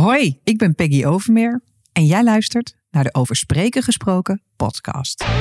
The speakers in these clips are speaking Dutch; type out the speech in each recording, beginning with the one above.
Hoi, ik ben Peggy Overmeer en jij luistert naar de Over Spreken Gesproken podcast. Je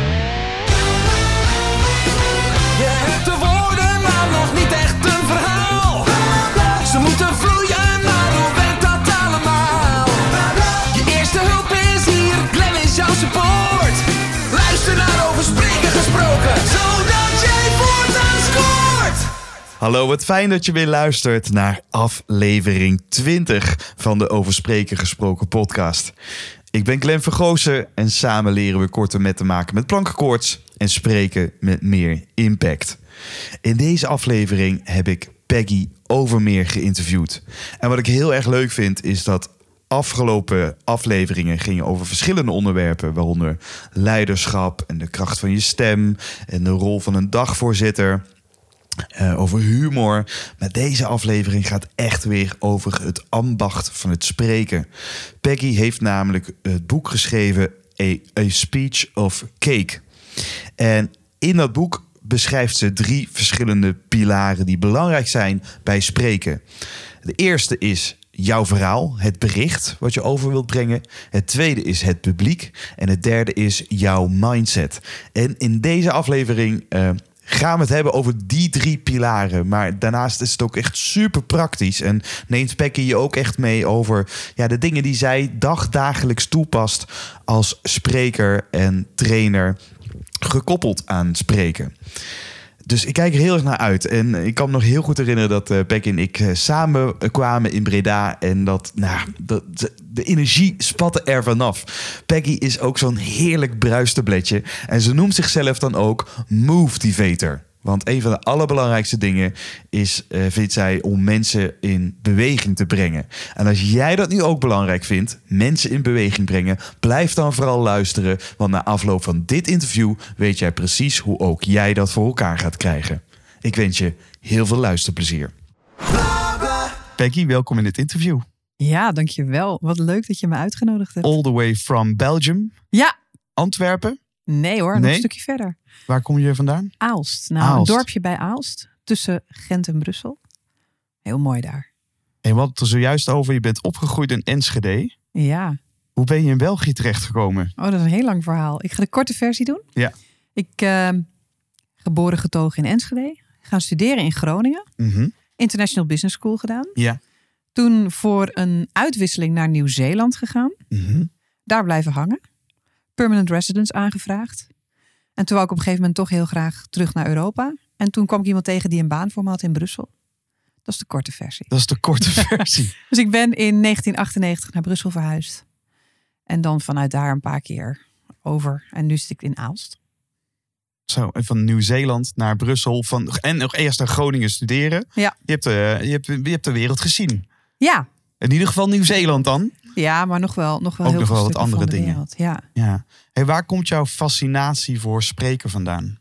hebt de woorden, maar nog niet echt een verhaal. Ze moeten vloeien, maar hoe werkt dat allemaal? Je eerste hulp is hier, Glenn is jouw support. Luister naar Over Spreken Gesproken, zodat jij voortaan scoort. Hallo, wat fijn dat je weer luistert naar aflevering 20 van de Over Spreken Gesproken podcast. Ik ben Glenn Vergoosen en samen leren we korte metten maken met plankenkoorts en spreken met meer impact. In deze aflevering heb ik Peggy Overmeer geïnterviewd. En wat ik heel erg leuk vind is dat afgelopen afleveringen gingen over verschillende onderwerpen, waaronder leiderschap en de kracht van je stem en de rol van een dagvoorzitter. Over humor. Maar deze aflevering gaat echt weer over het ambacht van het spreken. Peggy heeft namelijk het boek geschreven A Speech of Cake. En in dat boek beschrijft ze 3 verschillende pilaren die belangrijk zijn bij spreken. De eerste is jouw verhaal, het bericht wat je over wilt brengen. Het tweede is het publiek. En het derde is jouw mindset. En in deze aflevering gaan we het hebben over die 3 pilaren. Maar daarnaast is het ook echt super praktisch. En neemt Peggy je ook echt mee over de dingen die zij dagdagelijks toepast als spreker en trainer, gekoppeld aan spreken. Dus ik kijk er heel erg naar uit. En ik kan me nog heel goed herinneren dat Peggy en ik samen kwamen in Breda. En de energie spatte er vanaf. Peggy is ook zo'n heerlijk bruistabletje. En ze noemt zichzelf dan ook Motivator. Want een van de allerbelangrijkste dingen is, vindt zij, om mensen in beweging te brengen. En als jij dat nu ook belangrijk vindt, mensen in beweging brengen, blijf dan vooral luisteren. Want na afloop van dit interview weet jij precies hoe ook jij dat voor elkaar gaat krijgen. Ik wens je heel veel luisterplezier. Peggy, welkom in dit interview. Ja, dankjewel. Wat leuk dat je me uitgenodigd hebt. All the way from Belgium. Ja. Antwerpen. Nee hoor, nog een stukje verder. Waar kom je vandaan? Aalst. Aalst. Een dorpje bij Aalst. Tussen Gent en Brussel. Heel mooi daar. En wat er zojuist over, je bent opgegroeid in Enschede. Ja. Hoe ben je in België terechtgekomen? Oh, dat is een heel lang verhaal. Ik ga de korte versie doen. Ja. Ik geboren getogen in Enschede. Gaan studeren in Groningen. Mm-hmm. International Business School gedaan. Ja. Toen voor een uitwisseling naar Nieuw-Zeeland gegaan. Mm-hmm. Daar blijven hangen. Permanent residence aangevraagd. En toen wou ik op een gegeven moment toch heel graag terug naar Europa. En toen kwam ik iemand tegen die een baan voor me had in Brussel. Dat is de korte versie. Dat is de korte versie. Dus ik ben in 1998 naar Brussel verhuisd. En dan vanuit daar een paar keer over. En nu zit ik in Aalst. Zo, en van Nieuw-Zeeland naar Brussel. En nog eerst naar Groningen studeren. Ja. Je hebt de wereld gezien. Ja. In ieder geval Nieuw-Zeeland dan. Ja, maar nog wel ook heel nog veel wel wat andere dingen. Wereld. Ja. Ja. Hey, waar komt jouw fascinatie voor spreken vandaan?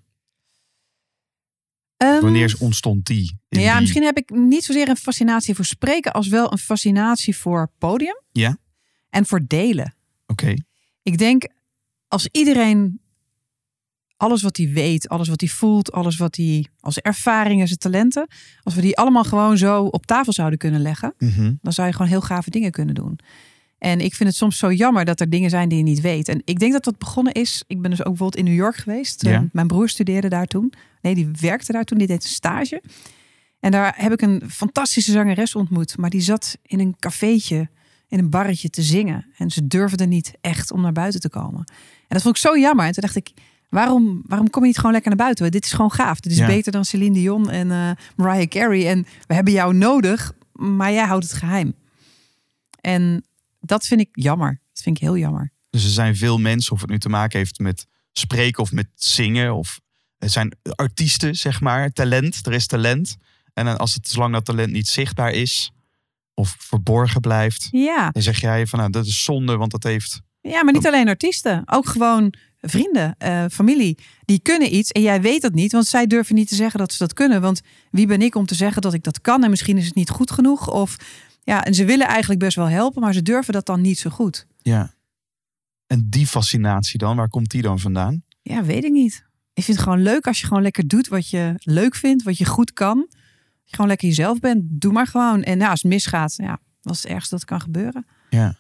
Wanneer ontstond die? Misschien heb ik niet zozeer een fascinatie voor spreken als wel een fascinatie voor podium. Ja. En voor delen. Oké. Ik denk, als iedereen alles wat hij weet, alles wat hij voelt, alles wat hij als ervaringen, zijn talenten, als we die allemaal gewoon zo op tafel zouden kunnen leggen, dan zou je gewoon heel gave dingen kunnen doen. En ik vind het soms zo jammer dat er dingen zijn die je niet weet. En ik denk dat dat begonnen is. Ik ben dus ook bijvoorbeeld in New York geweest. Ja. Mijn broer studeerde daar toen. Nee, die werkte daar toen. Die deed een stage. En daar heb ik een fantastische zangeres ontmoet. Maar die zat in een cafeetje, in een barretje te zingen. En ze durfde niet echt om naar buiten te komen. En dat vond ik zo jammer. En toen dacht ik, waarom kom je niet gewoon lekker naar buiten? Dit is gewoon gaaf. Dit is beter dan Celine Dion en Mariah Carey. En we hebben jou nodig, maar jij houdt het geheim. En dat vind ik jammer. Dat vind ik heel jammer. Dus er zijn veel mensen, of het nu te maken heeft met spreken of met zingen. Of er zijn artiesten, zeg maar. Talent, er is talent. En zolang dat talent niet zichtbaar is of verborgen blijft, dan zeg jij van dat is zonde, want dat heeft. Ja, maar niet alleen artiesten. Ook gewoon vrienden, familie. Die kunnen iets en jij weet dat niet. Want zij durven niet te zeggen dat ze dat kunnen. Want wie ben ik om te zeggen dat ik dat kan? En misschien is het niet goed genoeg. Of en ze willen eigenlijk best wel helpen, maar ze durven dat dan niet zo goed. Ja. En die fascinatie dan, waar komt die dan vandaan? Ja, weet ik niet. Ik vind het gewoon leuk als je gewoon lekker doet wat je leuk vindt, wat je goed kan. Als je gewoon lekker jezelf bent, doe maar gewoon. En als het misgaat, Dat is het ergste dat kan gebeuren. Ja.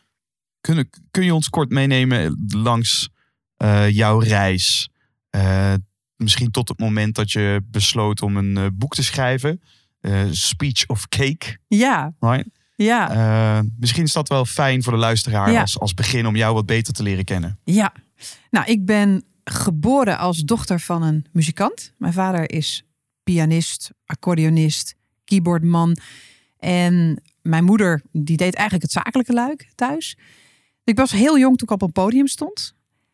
Kun je ons kort meenemen langs jouw reis? Misschien tot het moment dat je besloot om een boek te schrijven. Speech of Cake. Ja. Right? Ja. Misschien is dat wel fijn voor de luisteraar als begin om jou wat beter te leren kennen. Ja. Nou, ik ben geboren als dochter van een muzikant. Mijn vader is pianist, accordeonist, keyboardman. En mijn moeder die deed eigenlijk het zakelijke luik thuis. Ik was heel jong toen ik op een podium stond.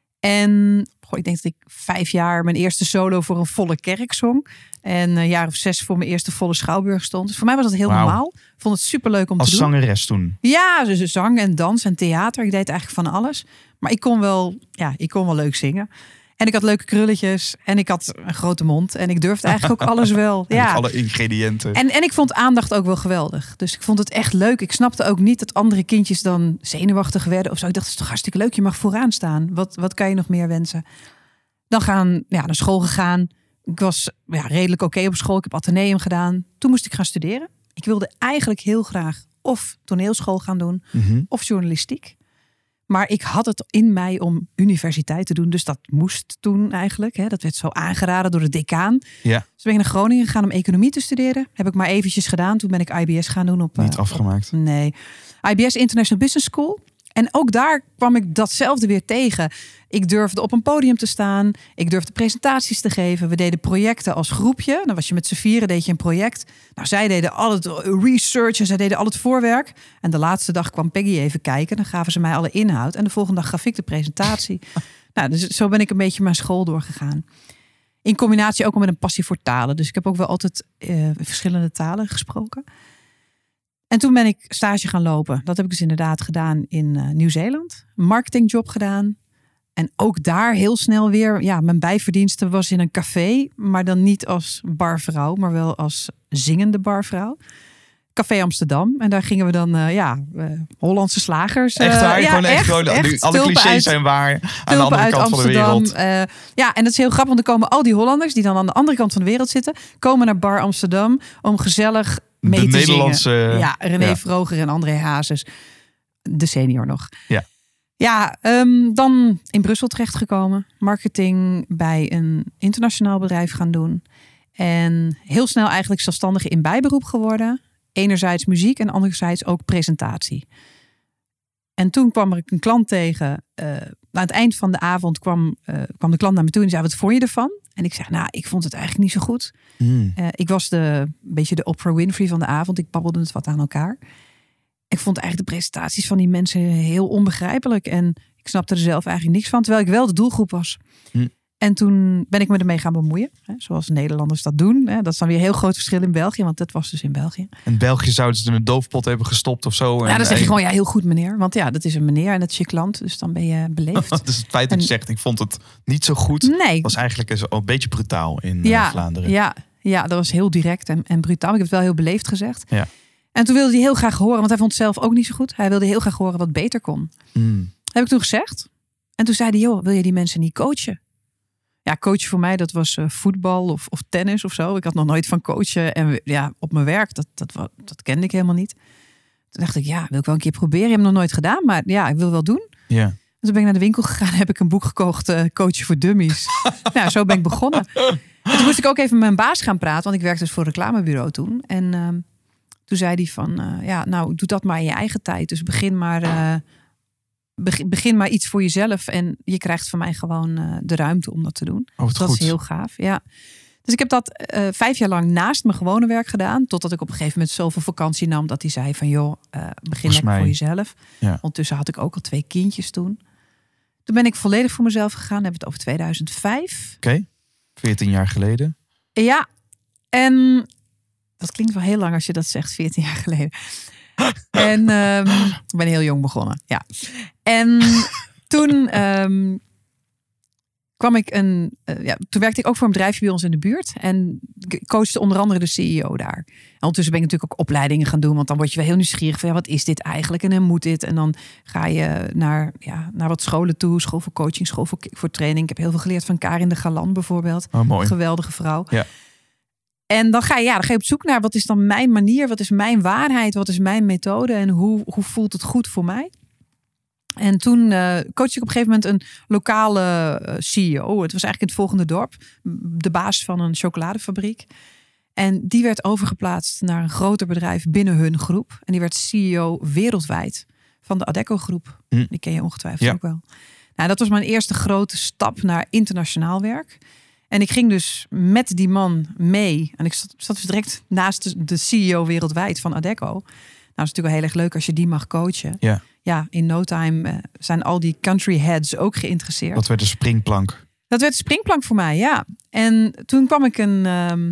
En ik denk dat ik 5 jaar mijn eerste solo voor een volle kerk zong. En een jaar of 6 voor mijn eerste volle schouwburg stond. Dus voor mij was dat heel normaal. Ik vond het superleuk om te doen. Als zangeres toen? Ja, dus zang en dans en theater. Ik deed eigenlijk van alles. Maar ik kon wel leuk zingen. En ik had leuke krulletjes. En ik had een grote mond. En ik durfde eigenlijk ook alles wel. Ja. Alle ingrediënten. En ik vond aandacht ook wel geweldig. Dus ik vond het echt leuk. Ik snapte ook niet dat andere kindjes dan zenuwachtig werden of zo. Ik dacht, het is toch hartstikke leuk. Je mag vooraan staan. Wat kan je nog meer wensen? Dan naar school gegaan. Ik was redelijk oké op school. Ik heb ateneum gedaan. Toen moest ik gaan studeren. Ik wilde eigenlijk heel graag of toneelschool gaan doen. Of journalistiek. Maar ik had het in mij om universiteit te doen. Dus dat moest toen eigenlijk. Hè. Dat werd zo aangeraden door de decaan. Ja. Dus ben ik naar Groningen gegaan om economie te studeren. Heb ik maar eventjes gedaan. Toen ben ik IBS gaan doen. Niet afgemaakt? Nee. IBS International Business School. En ook daar kwam ik datzelfde weer tegen. Ik durfde op een podium te staan. Ik durfde presentaties te geven. We deden projecten als groepje. Dan was je met z'n vieren, deed je een project. Nou, zij deden al het research en zij deden al het voorwerk. En de laatste dag kwam Peggy even kijken. Dan gaven ze mij alle inhoud. En de volgende dag gaf ik de presentatie. Nou, dus zo ben ik een beetje mijn school doorgegaan. In combinatie ook al met een passie voor talen. Dus ik heb ook wel altijd verschillende talen gesproken. En toen ben ik stage gaan lopen. Dat heb ik dus inderdaad gedaan in Nieuw-Zeeland. Een marketingjob gedaan. En ook daar heel snel weer. Mijn bijverdienste was in een café. Maar dan niet als barvrouw. Maar wel als zingende barvrouw. Café Amsterdam. En daar gingen we dan Hollandse slagers. Echt waar? Echt. Alle clichés zijn waar. Aan de andere kant van de wereld. En dat is heel grappig. Want er komen al die Hollanders. Die dan aan de andere kant van de wereld zitten. Komen naar bar Amsterdam. Om gezellig mee de te Nederlandse, zingen. Ja, René Vroger en André Hazes. De senior nog. Ja. Dan in Brussel terechtgekomen. Marketing bij een internationaal bedrijf gaan doen. En heel snel eigenlijk zelfstandige in bijberoep geworden. Enerzijds muziek en anderzijds ook presentatie. En toen kwam ik een klant tegen. Aan het eind van de avond kwam de klant naar me toe en zei: wat vond je ervan? En ik zeg, ik vond het eigenlijk niet zo goed. Ik was een beetje de Oprah Winfrey van de avond. Ik babbelde het wat aan elkaar. Ik vond eigenlijk de presentaties van die mensen heel onbegrijpelijk. En ik snapte er zelf eigenlijk niks van. Terwijl ik wel de doelgroep was. En toen ben ik me ermee gaan bemoeien. Zoals Nederlanders dat doen. Dat is dan weer een heel groot verschil in België. Want dat was dus in België. In België zouden ze in een doofpot hebben gestopt of zo. Ja, dan zeg je gewoon heel goed meneer. Want dat is een meneer en dat is je klant. Dus dan ben je beleefd. Dus het feit dat je zegt, ik vond het niet zo goed. Nee. Was eigenlijk een beetje brutaal in Vlaanderen. Ja, dat was heel direct en brutaal. Ik heb het wel heel beleefd gezegd. Ja. En toen wilde hij heel graag horen. Want hij vond het zelf ook niet zo goed. Hij wilde heel graag horen wat beter kon. Dat heb ik toen gezegd. En toen zei hij, joh, wil je die mensen niet coachen? Ja, coachen voor mij, dat was voetbal of tennis of zo. Ik had nog nooit van coachen. En op mijn werk, dat kende ik helemaal niet. Toen dacht ik, wil ik wel een keer proberen. Ik heb het nog nooit gedaan, maar ik wil wel doen. Ja. En toen ben ik naar de winkel gegaan en heb ik een boek gekocht, Coachen voor Dummies. Zo ben ik begonnen. En toen moest ik ook even met mijn baas gaan praten, want ik werkte dus voor een reclamebureau toen. En toen zei hij van, doe dat maar in je eigen tijd. Dus begin maar iets voor jezelf en je krijgt van mij gewoon de ruimte om dat te doen. Dat is heel gaaf, ja. Dus ik heb dat 5 jaar lang naast mijn gewone werk gedaan. Totdat ik op een gegeven moment zoveel vakantie nam dat hij zei van begin lekker voor jezelf. Ja. Ondertussen had ik ook al 2 kindjes toen. Toen ben ik volledig voor mezelf gegaan. Dan hebben we het over 2005. Oké, 14 jaar geleden. Ja, en dat klinkt wel heel lang als je dat zegt, 14 jaar geleden. En ik ben heel jong begonnen. Ja. En toen kwam ik toen werkte ik ook voor een bedrijfje bij ons in de buurt. En ik coachte onder andere de CEO daar. En ondertussen ben ik natuurlijk ook opleidingen gaan doen. Want dan word je wel heel nieuwsgierig van wat is dit eigenlijk? En moet dit? En dan ga je naar wat scholen toe. School voor coaching, school voor training. Ik heb heel veel geleerd van Karin de Galan bijvoorbeeld. Oh, mooi. Geweldige vrouw. Ja. En dan ga je op zoek naar wat is dan mijn manier, wat is mijn waarheid, wat is mijn methode en hoe voelt het goed voor mij. En toen coachte ik op een gegeven moment een lokale CEO. Het was eigenlijk in het volgende dorp, de baas van een chocoladefabriek. En die werd overgeplaatst naar een groter bedrijf binnen hun groep. En die werd CEO wereldwijd van de Adecco groep. Die ken je ongetwijfeld ook wel. Nou, dat was mijn eerste grote stap naar internationaal werk. En ik ging dus met die man mee. En ik zat dus direct naast de CEO wereldwijd van Adecco. Nou, dat is natuurlijk wel heel erg leuk als je die mag coachen. Ja, in no time zijn al die country heads ook geïnteresseerd. Dat werd een springplank. Dat werd een springplank voor mij, ja. En toen kwam ik toen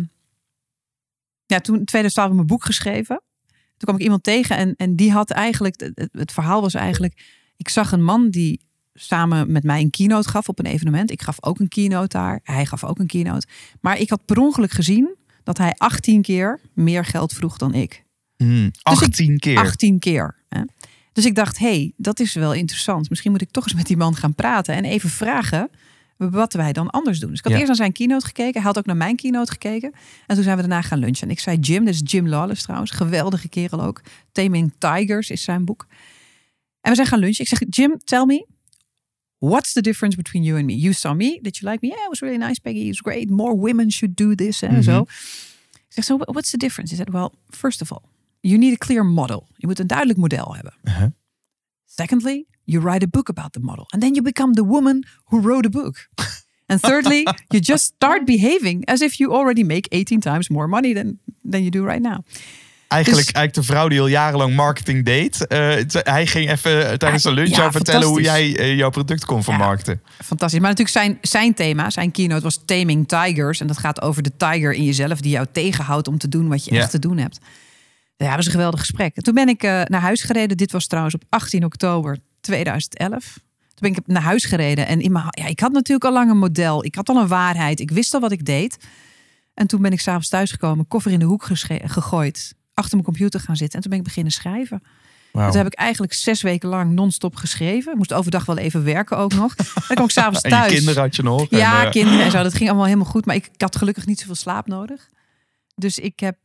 in 2012 mijn boek geschreven. Toen kwam ik iemand tegen en die had eigenlijk... Het verhaal was eigenlijk... Ik zag een man die samen met mij een keynote gaf op een evenement. Ik gaf ook een keynote daar. Hij gaf ook een keynote. Maar ik had per ongeluk gezien dat hij 18 keer meer geld vroeg dan ik. 18 keer? 18 keer. Hè? Dus ik dacht, dat is wel interessant. Misschien moet ik toch eens met die man gaan praten en even vragen wat wij dan anders doen. Dus ik had eerst naar zijn keynote gekeken. Hij had ook naar mijn keynote gekeken. En toen zijn we daarna gaan lunchen. En ik zei Jim, dit is Jim Lawless trouwens. Geweldige kerel ook. Taming Tigers is zijn boek. En we zijn gaan lunchen. Ik zeg, Jim, tell me, what's the difference between you and me? You saw me, did you like me? Yeah, it was really nice, Peggy. It was great. More women should do this. En zo. Ik zeg, so what's the difference? He said, well, first of all, you need a clear model. Je moet een duidelijk model hebben. Secondly, you write a book about the model. And then you become the woman who wrote a book. And thirdly, you just start behaving as if you already make 18 times more money than you do right now. Eigenlijk de vrouw die al jarenlang marketing deed. Hij ging even tijdens de lunch jou vertellen hoe jij jouw product kon vermarkten. Fantastisch. Maar natuurlijk zijn thema, zijn keynote was Taming Tigers. En dat gaat over de tiger in jezelf die jou tegenhoudt om te doen wat je echt te doen hebt. Ja, dat was een geweldig gesprek. En toen ben ik naar huis gereden. Dit was trouwens op 18 oktober 2011. Toen ben ik naar huis gereden. En ik had natuurlijk al lang een model. Ik had al een waarheid. Ik wist al wat ik deed. En toen ben ik 's avonds thuisgekomen. Koffer in de hoek gegooid. Achter mijn computer gaan zitten. En toen ben ik beginnen schrijven. Wow. Toen heb ik eigenlijk 6 weken lang non-stop geschreven. Ik moest overdag wel even werken ook nog. Dan kwam ik 's avonds thuis. En je kinderen had je nog? Ja, kinderen en zo. Dat ging allemaal helemaal goed. Maar ik had gelukkig niet zoveel slaap nodig. Dus ik heb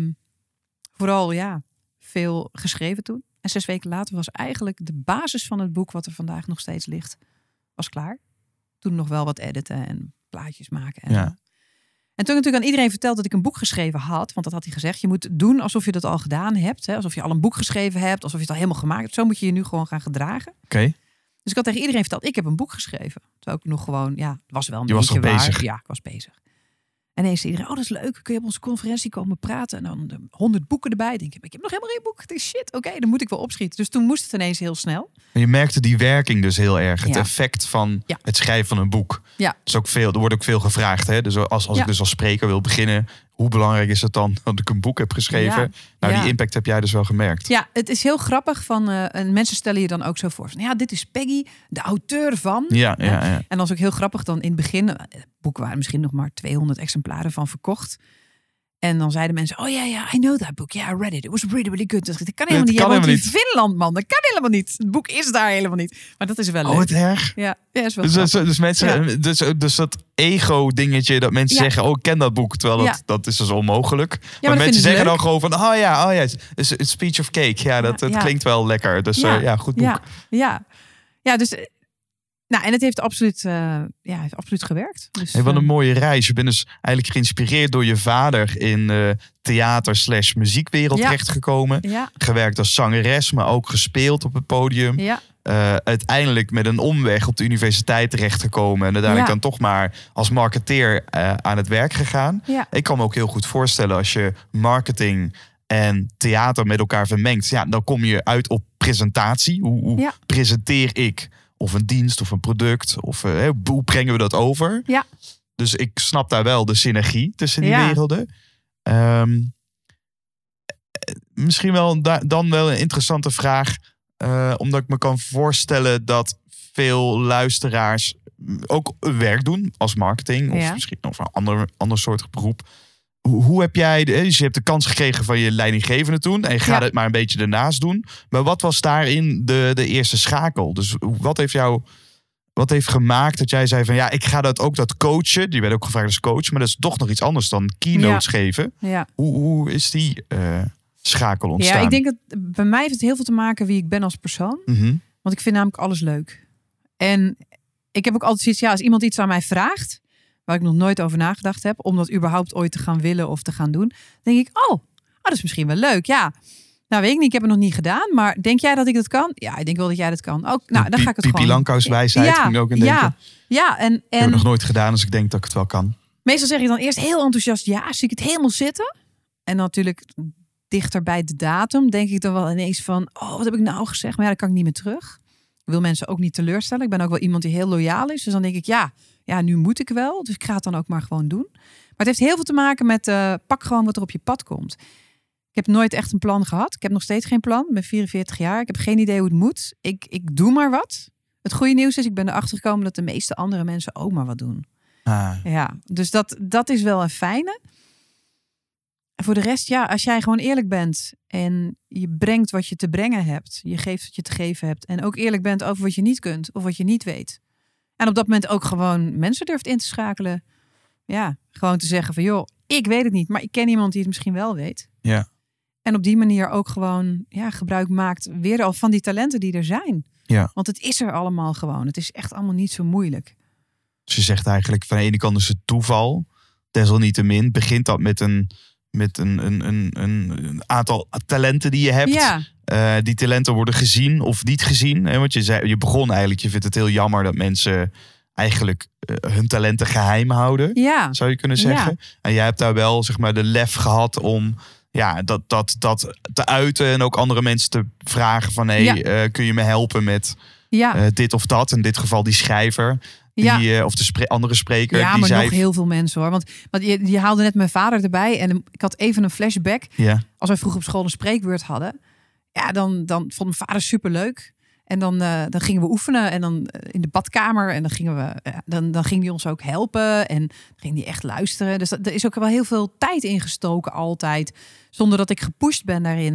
vooral veel geschreven toen. En 6 weken later was eigenlijk de basis van het boek, wat er vandaag nog steeds ligt, was klaar. Toen nog wel wat editen en plaatjes maken. En, en toen natuurlijk aan iedereen verteld dat ik een boek geschreven had. Want dat had hij gezegd. Je moet doen alsof je dat al gedaan hebt. Hè? Alsof je al een boek geschreven hebt. Alsof je het al helemaal gemaakt hebt. Zo moet je je nu gewoon gaan gedragen. Okay. Dus ik had tegen iedereen verteld, ik heb een boek geschreven. Terwijl ik nog gewoon, was wel een je beetje was waar. Bezig. Ja, ik was bezig. En ineens iedereen, dat is leuk. Kun je op onze conferentie komen praten? En dan 100 boeken erbij. Denk ik heb nog helemaal geen boek. Dit is shit. Oké, dan moet ik wel opschieten. Dus toen moest het ineens heel snel. Je merkte die werking dus heel erg. Het effect van het schrijven van een boek. Ja. Dus ook veel, er wordt ook veel gevraagd. Hè? Dus als ik dus als spreker wil beginnen, hoe belangrijk is het dan dat ik een boek heb geschreven? Die impact heb jij dus wel gemerkt. Ja, het is heel grappig. En mensen stellen je dan ook zo voor. Van, dit is Peggy, de auteur van. Ja. En dat is ook heel grappig. Dan in het begin, het boek waren misschien nog maar 200 exemplaren van verkocht. En dan zeiden mensen, I know that book. Yeah, I read it. It was really, really good. Dat kan helemaal niet. Jij woont in Finland, man. Dat kan helemaal niet. Het boek is daar helemaal niet. Maar dat is wel leuk. Oh, het erg. Ja, is wel dus mensen, dus dat ego-dingetje dat mensen zeggen, ik ken dat boek. Terwijl dat is dus onmogelijk. Maar mensen zeggen dan gewoon van, it's Speech of Cake. Ja, dat klinkt wel lekker. Dus goed boek. Ja, dus... Nou, en het heeft absoluut gewerkt. Dus, wat een mooie reis. Je bent dus eigenlijk geïnspireerd door je vader in theater/muziekwereld terechtgekomen. Ja. Gewerkt als zangeres, maar ook gespeeld op het podium. Ja. Uiteindelijk met een omweg op de universiteit terechtgekomen. En uiteindelijk dan toch maar als marketeer aan het werk gegaan. Ja. Ik kan me ook heel goed voorstellen als je marketing en theater met elkaar vermengt. Ja, dan kom je uit op presentatie. Hoe presenteer ik? Of een dienst of een product. Of hoe brengen we dat over? Ja. Dus ik snap daar wel de synergie tussen die werelden. Misschien wel dan wel een interessante vraag. Omdat ik me kan voorstellen dat veel luisteraars ook werk doen als marketing. Of misschien of een ander soort beroep. Hoe heb jij, dus je hebt de kans gekregen van je leidinggevende toen. En je gaat het maar een beetje ernaast doen. Maar wat was daarin de eerste schakel? Dus wat heeft jou, Wat heeft gemaakt dat jij zei van ja, ik ga dat coachen. Die werd ook gevraagd als coach, maar dat is toch nog iets anders dan keynotes geven. Ja. Hoe is die schakel ontstaan? Ja, ik denk dat bij mij heeft het heel veel te maken wie ik ben als persoon. Mm-hmm. Want ik vind namelijk alles leuk. En ik heb ook altijd zoiets, als iemand iets aan mij vraagt, waar ik nog nooit over nagedacht heb, om dat überhaupt ooit te gaan willen of te gaan doen, denk ik, dat is misschien wel leuk. Ja, nou weet ik niet, ik heb het nog niet gedaan, maar denk jij dat ik dat kan? Ja, ik denk wel dat jij dat kan. Dan ga ik het gewoon. Pipi Langkous-wijsheid ging ik ook in denken. Ja, en ik heb het nog nooit gedaan, dus ik denk dat ik het wel kan. Meestal zeg ik dan eerst heel enthousiast, zie ik het helemaal zitten. En natuurlijk dichter bij de datum denk ik dan wel ineens van, wat heb ik nou gezegd? Maar dat kan ik niet meer terug. Ik wil mensen ook niet teleurstellen. Ik ben ook wel iemand die heel loyaal is. Dus dan denk ik, ja, nu moet ik wel. Dus ik ga het dan ook maar gewoon doen. Maar het heeft heel veel te maken met pak gewoon wat er op je pad komt. Ik heb nooit echt een plan gehad. Ik heb nog steeds geen plan. Ik ben 44 jaar. Ik heb geen idee hoe het moet. Ik doe maar wat. Het goede nieuws is, ik ben erachter gekomen dat de meeste andere mensen ook maar wat doen. Ja, dus dat is wel een fijne. En voor de rest, als jij gewoon eerlijk bent en je brengt wat je te brengen hebt, je geeft wat je te geven hebt en ook eerlijk bent over wat je niet kunt of wat je niet weet. En op dat moment ook gewoon mensen durft in te schakelen. Ja, gewoon te zeggen van joh, ik weet het niet, maar ik ken iemand die het misschien wel weet. Ja. En op die manier ook gewoon gebruik maakt weer al van die talenten die er zijn. Ja. Want het is er allemaal gewoon. Het is echt allemaal niet zo moeilijk. Dus je zegt eigenlijk van de ene kant is het toeval. Desalniettemin begint dat met een aantal talenten die je hebt. Ja. Die talenten worden gezien of niet gezien. Hè? Want je begon eigenlijk, je vindt het heel jammer dat mensen eigenlijk hun talenten geheim houden. Ja. Zou je kunnen zeggen. Ja. En jij hebt daar wel zeg maar de lef gehad om dat te uiten. En ook andere mensen te vragen van kun je me helpen met dit of dat. In dit geval die schrijver. Of de andere spreker. Ja, die maar zei... nog heel veel mensen hoor. Want je haalde net mijn vader erbij. En ik had even een flashback. Ja. Als wij vroeger op school een spreekbeurt hadden. Ja, dan vond mijn vader superleuk. En dan gingen we oefenen. En dan in de badkamer. En dan gingen we. Dan ging hij ons ook helpen. En dan ging hij echt luisteren. Dus er is ook wel heel veel tijd ingestoken altijd. Zonder dat ik gepusht ben daarin.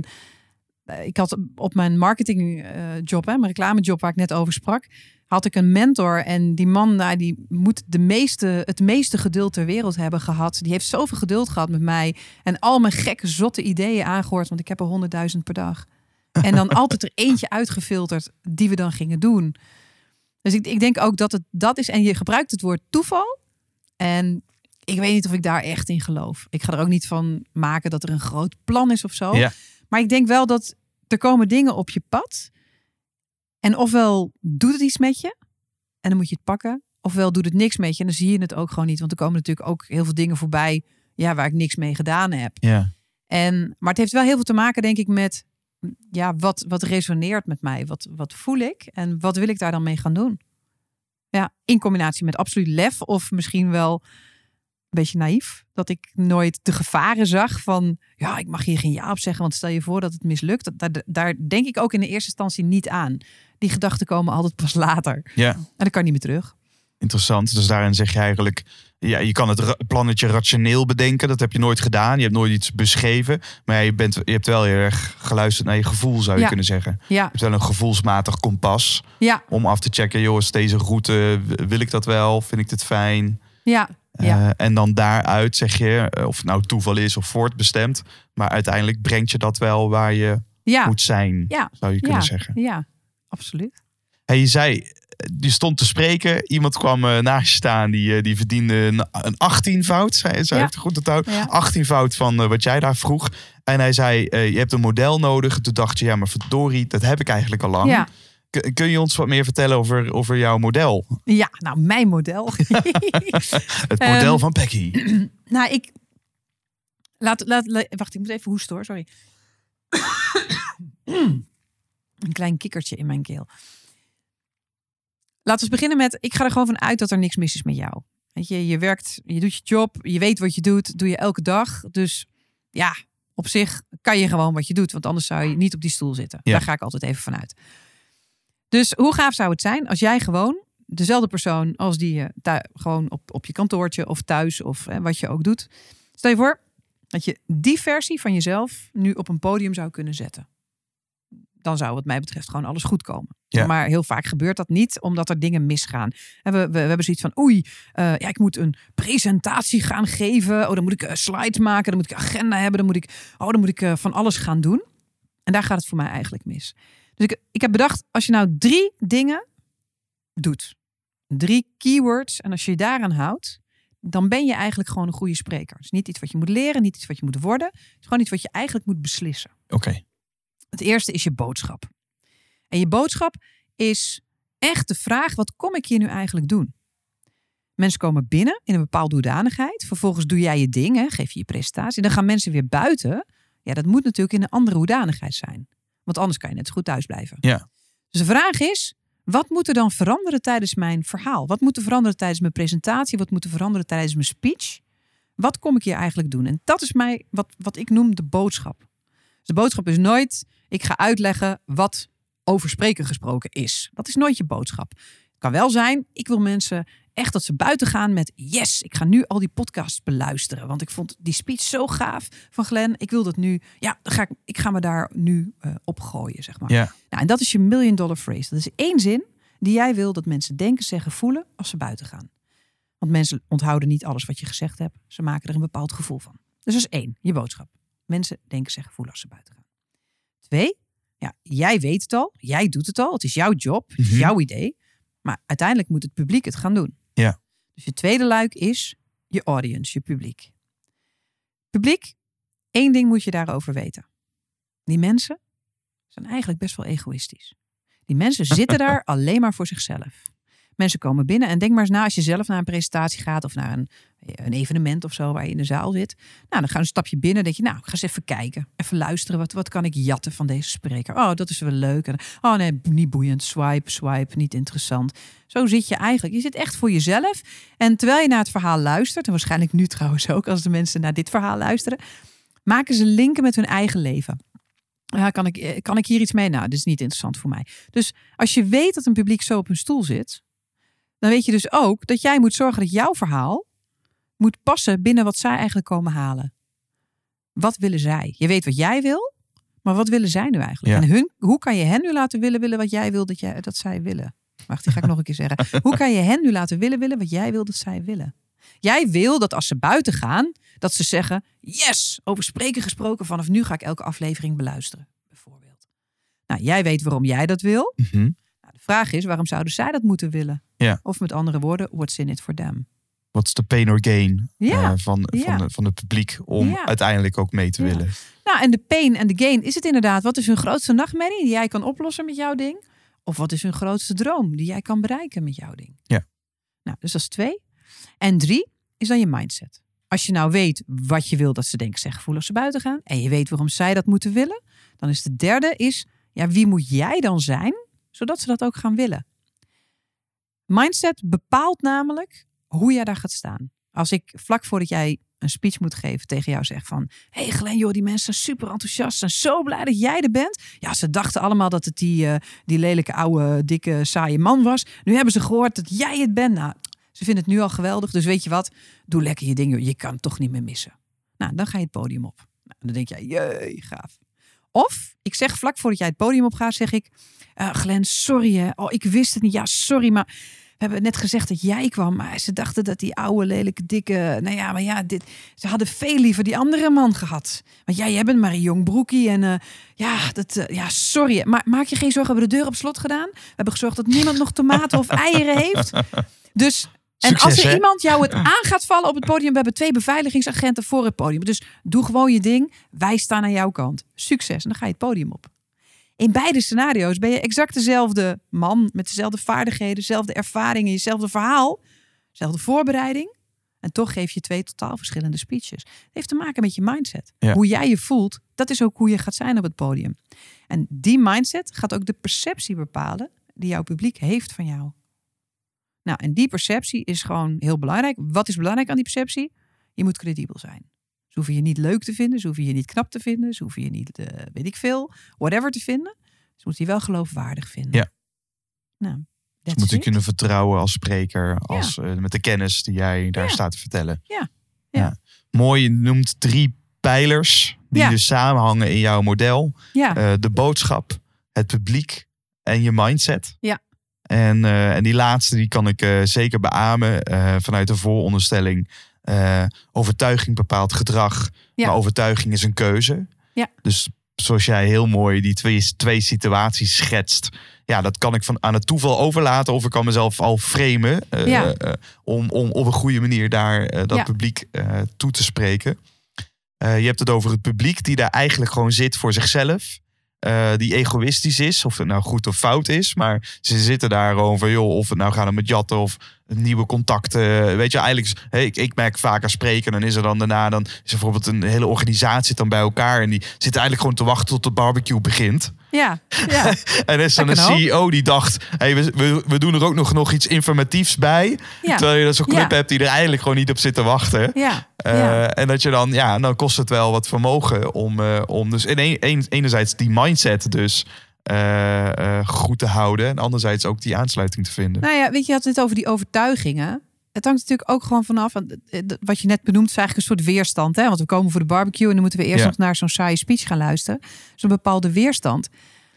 Ik had op mijn marketingjob, mijn reclamejob waar ik net over sprak, had ik een mentor. En die man, die moet het meeste geduld ter wereld hebben gehad. Die heeft zoveel geduld gehad met mij. En al mijn gekke, zotte ideeën aangehoord. Want ik heb er 100.000 per dag. En dan altijd er eentje uitgefilterd die we dan gingen doen. Dus ik denk ook dat het dat is. En je gebruikt het woord toeval. En ik weet niet of ik daar echt in geloof. Ik ga er ook niet van maken dat er een groot plan is of zo. Ja. Maar ik denk wel dat er komen dingen op je pad. En ofwel doet het iets met je. En dan moet je het pakken. Ofwel doet het niks met je. En dan zie je het ook gewoon niet. Want er komen natuurlijk ook heel veel dingen voorbij. Ja, waar ik niks mee gedaan heb. Ja. Maar het heeft wel heel veel te maken, denk ik, met wat resoneert met mij. Wat voel ik? En wat wil ik daar dan mee gaan doen? Ja, in combinatie met absoluut lef. Of misschien wel een beetje naïef. Dat ik nooit de gevaren zag van, ik mag hier geen ja op zeggen. Want stel je voor dat het mislukt. Daar denk ik ook in de eerste instantie niet aan. Die gedachten komen altijd pas later. Ja. En dat kan niet meer terug. Interessant. Dus daarin zeg je eigenlijk, je kan het plannetje rationeel bedenken. Dat heb je nooit gedaan. Je hebt nooit iets beschreven. Maar je hebt wel heel erg geluisterd naar je gevoel, zou je kunnen zeggen. Ja. Je hebt wel een gevoelsmatig kompas. Ja. Om af te checken, is deze route, wil ik dat wel? Vind ik dit fijn? Ja. En dan daaruit zeg je, of het nou toeval is of voortbestemd. Maar uiteindelijk brengt je dat wel waar je moet zijn, zou je kunnen zeggen. Ja, absoluut. Hey, je zei, die stond te spreken. Iemand kwam naast je staan. Die verdiende een 18-fout. Zij heeft het goed onthouden. Ja. 18-fout van wat jij daar vroeg. En hij zei, je hebt een model nodig. Toen dacht je, maar verdorie, dat heb ik eigenlijk al lang. Ja. Kun je ons wat meer vertellen over jouw model? Ja, nou, mijn model. Het model van Becky. Nou, wacht, ik moet even hoesten hoor, sorry. Een klein kikkertje in mijn keel. Laten we beginnen met, ik ga er gewoon van uit dat er niks mis is met jou. Weet je werkt, je doet je job, je weet wat je doet, doe je elke dag. Dus ja, op zich kan je gewoon wat je doet, want anders zou je niet op die stoel zitten. Ja. Daar ga ik altijd even vanuit. Dus hoe gaaf zou het zijn als jij gewoon dezelfde persoon als die je gewoon op je kantoortje of thuis of wat je ook doet. Stel je voor dat je die versie van jezelf nu op een podium zou kunnen zetten. dan zou wat mij betreft gewoon alles goed komen. Ja. Maar heel vaak gebeurt dat niet, omdat er dingen misgaan. En we hebben zoiets van, ik moet een presentatie gaan geven. Dan moet ik slides maken, dan moet ik agenda hebben. Dan moet ik van alles gaan doen. En daar gaat het voor mij eigenlijk mis. Dus ik heb bedacht, als je nou 3 dingen doet. 3 keywords. En als je je daaraan houdt, dan ben je eigenlijk gewoon een goede spreker. Het is niet iets wat je moet leren, niet iets wat je moet worden. Het is gewoon iets wat je eigenlijk moet beslissen. Oké. Het eerste is je boodschap. En je boodschap is echt de vraag, wat kom ik hier nu eigenlijk doen? Mensen komen binnen in een bepaalde hoedanigheid. Vervolgens doe jij je ding, hè, geef je je presentatie. Dan gaan mensen weer buiten. Ja, dat moet natuurlijk in een andere hoedanigheid zijn. Want anders kan je net zo goed thuis blijven. Ja. Dus de vraag is, wat moet er dan veranderen tijdens mijn verhaal? Wat moet er veranderen tijdens mijn presentatie? Wat moet er veranderen tijdens mijn speech? Wat kom ik hier eigenlijk doen? En dat is wat ik noem de boodschap. Dus de boodschap is nooit, ik ga uitleggen wat over spreken gesproken is. Dat is nooit je boodschap. Het kan wel zijn, ik wil mensen echt dat ze buiten gaan met yes, ik ga nu al die podcasts beluisteren. Want ik vond die speech zo gaaf van Glenn. Ik wil dat nu, ik ga me daar nu op gooien, zeg maar. Ja. Nou, en dat is je $1 million phrase. Dat is 1 zin die jij wil dat mensen denken, zeggen, voelen als ze buiten gaan. Want mensen onthouden niet alles wat je gezegd hebt. Ze maken er een bepaald gevoel van. Dus dat is 1, je boodschap. Mensen denken, zeggen, voelen als ze buiten gaan. 2, jij weet het al. Jij doet het al. Het is jouw job. Het is jouw idee. Maar uiteindelijk moet het publiek het gaan doen. Ja. Dus je tweede luik is je audience, je publiek. Publiek, 1 ding moet je daarover weten. Die mensen zijn eigenlijk best wel egoïstisch. Die mensen zitten daar alleen maar voor zichzelf. Mensen komen binnen en denk maar eens na als je zelf naar een presentatie gaat of naar een evenement of zo waar je in de zaal zit. Nou, dan ga je een stapje binnen en denk je, ik ga eens even kijken. Even luisteren, wat kan ik jatten van deze spreker? Oh, dat is wel leuk. En, oh nee, niet boeiend. Swipe, niet interessant. Zo zit je eigenlijk. Je zit echt voor jezelf. En terwijl je naar het verhaal luistert, en waarschijnlijk nu trouwens ook als de mensen naar dit verhaal luisteren, maken ze linken met hun eigen leven. Ja, kan ik hier iets mee? Nou, dit is niet interessant voor mij. Dus als je weet dat een publiek zo op een stoel zit, dan weet je dus ook dat jij moet zorgen dat jouw verhaal moet passen binnen wat zij eigenlijk komen halen. Wat willen zij? Je weet wat jij wil, maar wat willen zij nu eigenlijk? Ja. En hoe kan je hen nu laten willen wat jij wil dat zij willen? Wacht, die ga ik nog een keer zeggen. Hoe kan je hen nu laten willen wat jij wil dat zij willen? Jij wil dat als ze buiten gaan, dat ze zeggen, yes, over spreken gesproken, vanaf nu ga ik elke aflevering beluisteren, bijvoorbeeld. Nou, jij weet waarom jij dat wil. Mm-hmm. De vraag is, waarom zouden zij dat moeten willen? Ja. Of met andere woorden, what's in it for them? Wat is de pain or gain Ja. van het publiek om uiteindelijk ook mee te willen? Nou, en de pain en de gain is het inderdaad. Wat is hun grootste nachtmerrie die jij kan oplossen met jouw ding? Of wat is hun grootste droom die jij kan bereiken met jouw ding? Ja. Nou, dus dat is 2. En 3 is dan je mindset. Als je nou weet wat je wil dat ze denken, zeggen, voelen als ze buiten gaan. En je weet waarom zij dat moeten willen. Dan is de derde wie moet jij dan zijn, zodat ze dat ook gaan willen? Mindset bepaalt namelijk hoe jij daar gaat staan. Als ik vlak voordat jij een speech moet geven tegen jou zeg van, hey Glenn, joh, die mensen zijn super enthousiast, zijn zo blij dat jij er bent. Ja, ze dachten allemaal dat het die lelijke, oude, dikke, saaie man was. Nu hebben ze gehoord dat jij het bent. Nou, ze vinden het nu al geweldig. Dus weet je wat? Doe lekker je ding, joh. Je kan het toch niet meer missen. Nou, dan ga je het podium op. Nou, dan denk jij, jee, gaaf. Of, ik zeg vlak voordat jij het podium op gaat, zeg ik, Glenn, sorry hè. Oh, ik wist het niet. Ja, sorry, maar we hebben net gezegd dat jij kwam. Maar ze dachten dat die oude, lelijke, dikke, ze hadden veel liever die andere man gehad. Want jij bent maar een jong broekie en sorry. Maar maak je geen zorgen, we hebben de deur op slot gedaan. We hebben gezorgd dat niemand nog tomaten of eieren heeft. Dus, en succes, als er hè? iemand jou het aan gaat vallen op het podium, we hebben 2 beveiligingsagenten voor het podium. Dus doe gewoon je ding. Wij staan aan jouw kant. Succes. En dan ga je het podium op. In beide scenario's ben je exact dezelfde man met dezelfde vaardigheden, dezelfde ervaringen, jezelfde verhaal, dezelfde voorbereiding. En toch geef je 2 totaal verschillende speeches. Het heeft te maken met je mindset. Ja. Hoe jij je voelt, dat is ook hoe je gaat zijn op het podium. En die mindset gaat ook de perceptie bepalen die jouw publiek heeft van jou. Nou, en die perceptie is gewoon heel belangrijk. Wat is belangrijk aan die perceptie? Je moet credibel zijn. Ze hoeven je niet leuk te vinden. Ze hoeven je niet knap te vinden. Ze hoeven je niet, weet ik veel, whatever te vinden. Ze moeten je wel geloofwaardig vinden. Ja. Nou, Ze moeten kunnen vertrouwen als spreker, met de kennis die jij daar staat te vertellen. Ja. Mooi, je noemt 3 pijlers die dus samenhangen in jouw model. Ja. De boodschap, het publiek en je mindset. Ja. En die laatste die kan ik zeker beamen vanuit de vooronderstelling. Overtuiging bepaalt gedrag, Ja. maar overtuiging is een keuze. Ja. Dus zoals jij heel mooi die twee situaties schetst. Ja, dat kan ik aan het toeval overlaten. Of ik kan mezelf al framen. Om op een goede manier daar dat publiek toe te spreken. Je hebt het over het publiek die daar eigenlijk gewoon zit voor zichzelf. Die egoïstisch is. Of het nou goed of fout is. Maar ze zitten daar gewoon van, joh, of het nou gaat om het jatten of nieuwe contacten. Weet je, eigenlijk, ik merk vaker spreken. Dan is er dan daarna, dan is er bijvoorbeeld een hele organisatie zit dan bij elkaar. En die zitten eigenlijk gewoon te wachten tot de barbecue begint. Ja. En er is dan een CEO die dacht, we doen er ook nog iets informatiefs bij. Ja. Terwijl je dan zo'n club hebt die er eigenlijk gewoon niet op zit te wachten. Ja. En dat je dan kost het wel wat vermogen om dus enerzijds die mindset dus goed te houden. En anderzijds ook die aansluiting te vinden. Nou ja, weet je, had het over die overtuigingen. Het hangt natuurlijk ook gewoon vanaf. Wat je net benoemt is eigenlijk een soort weerstand. Hè? Want we komen voor de barbecue en dan moeten we eerst nog naar zo'n saaie speech gaan luisteren. Zo'n bepaalde weerstand.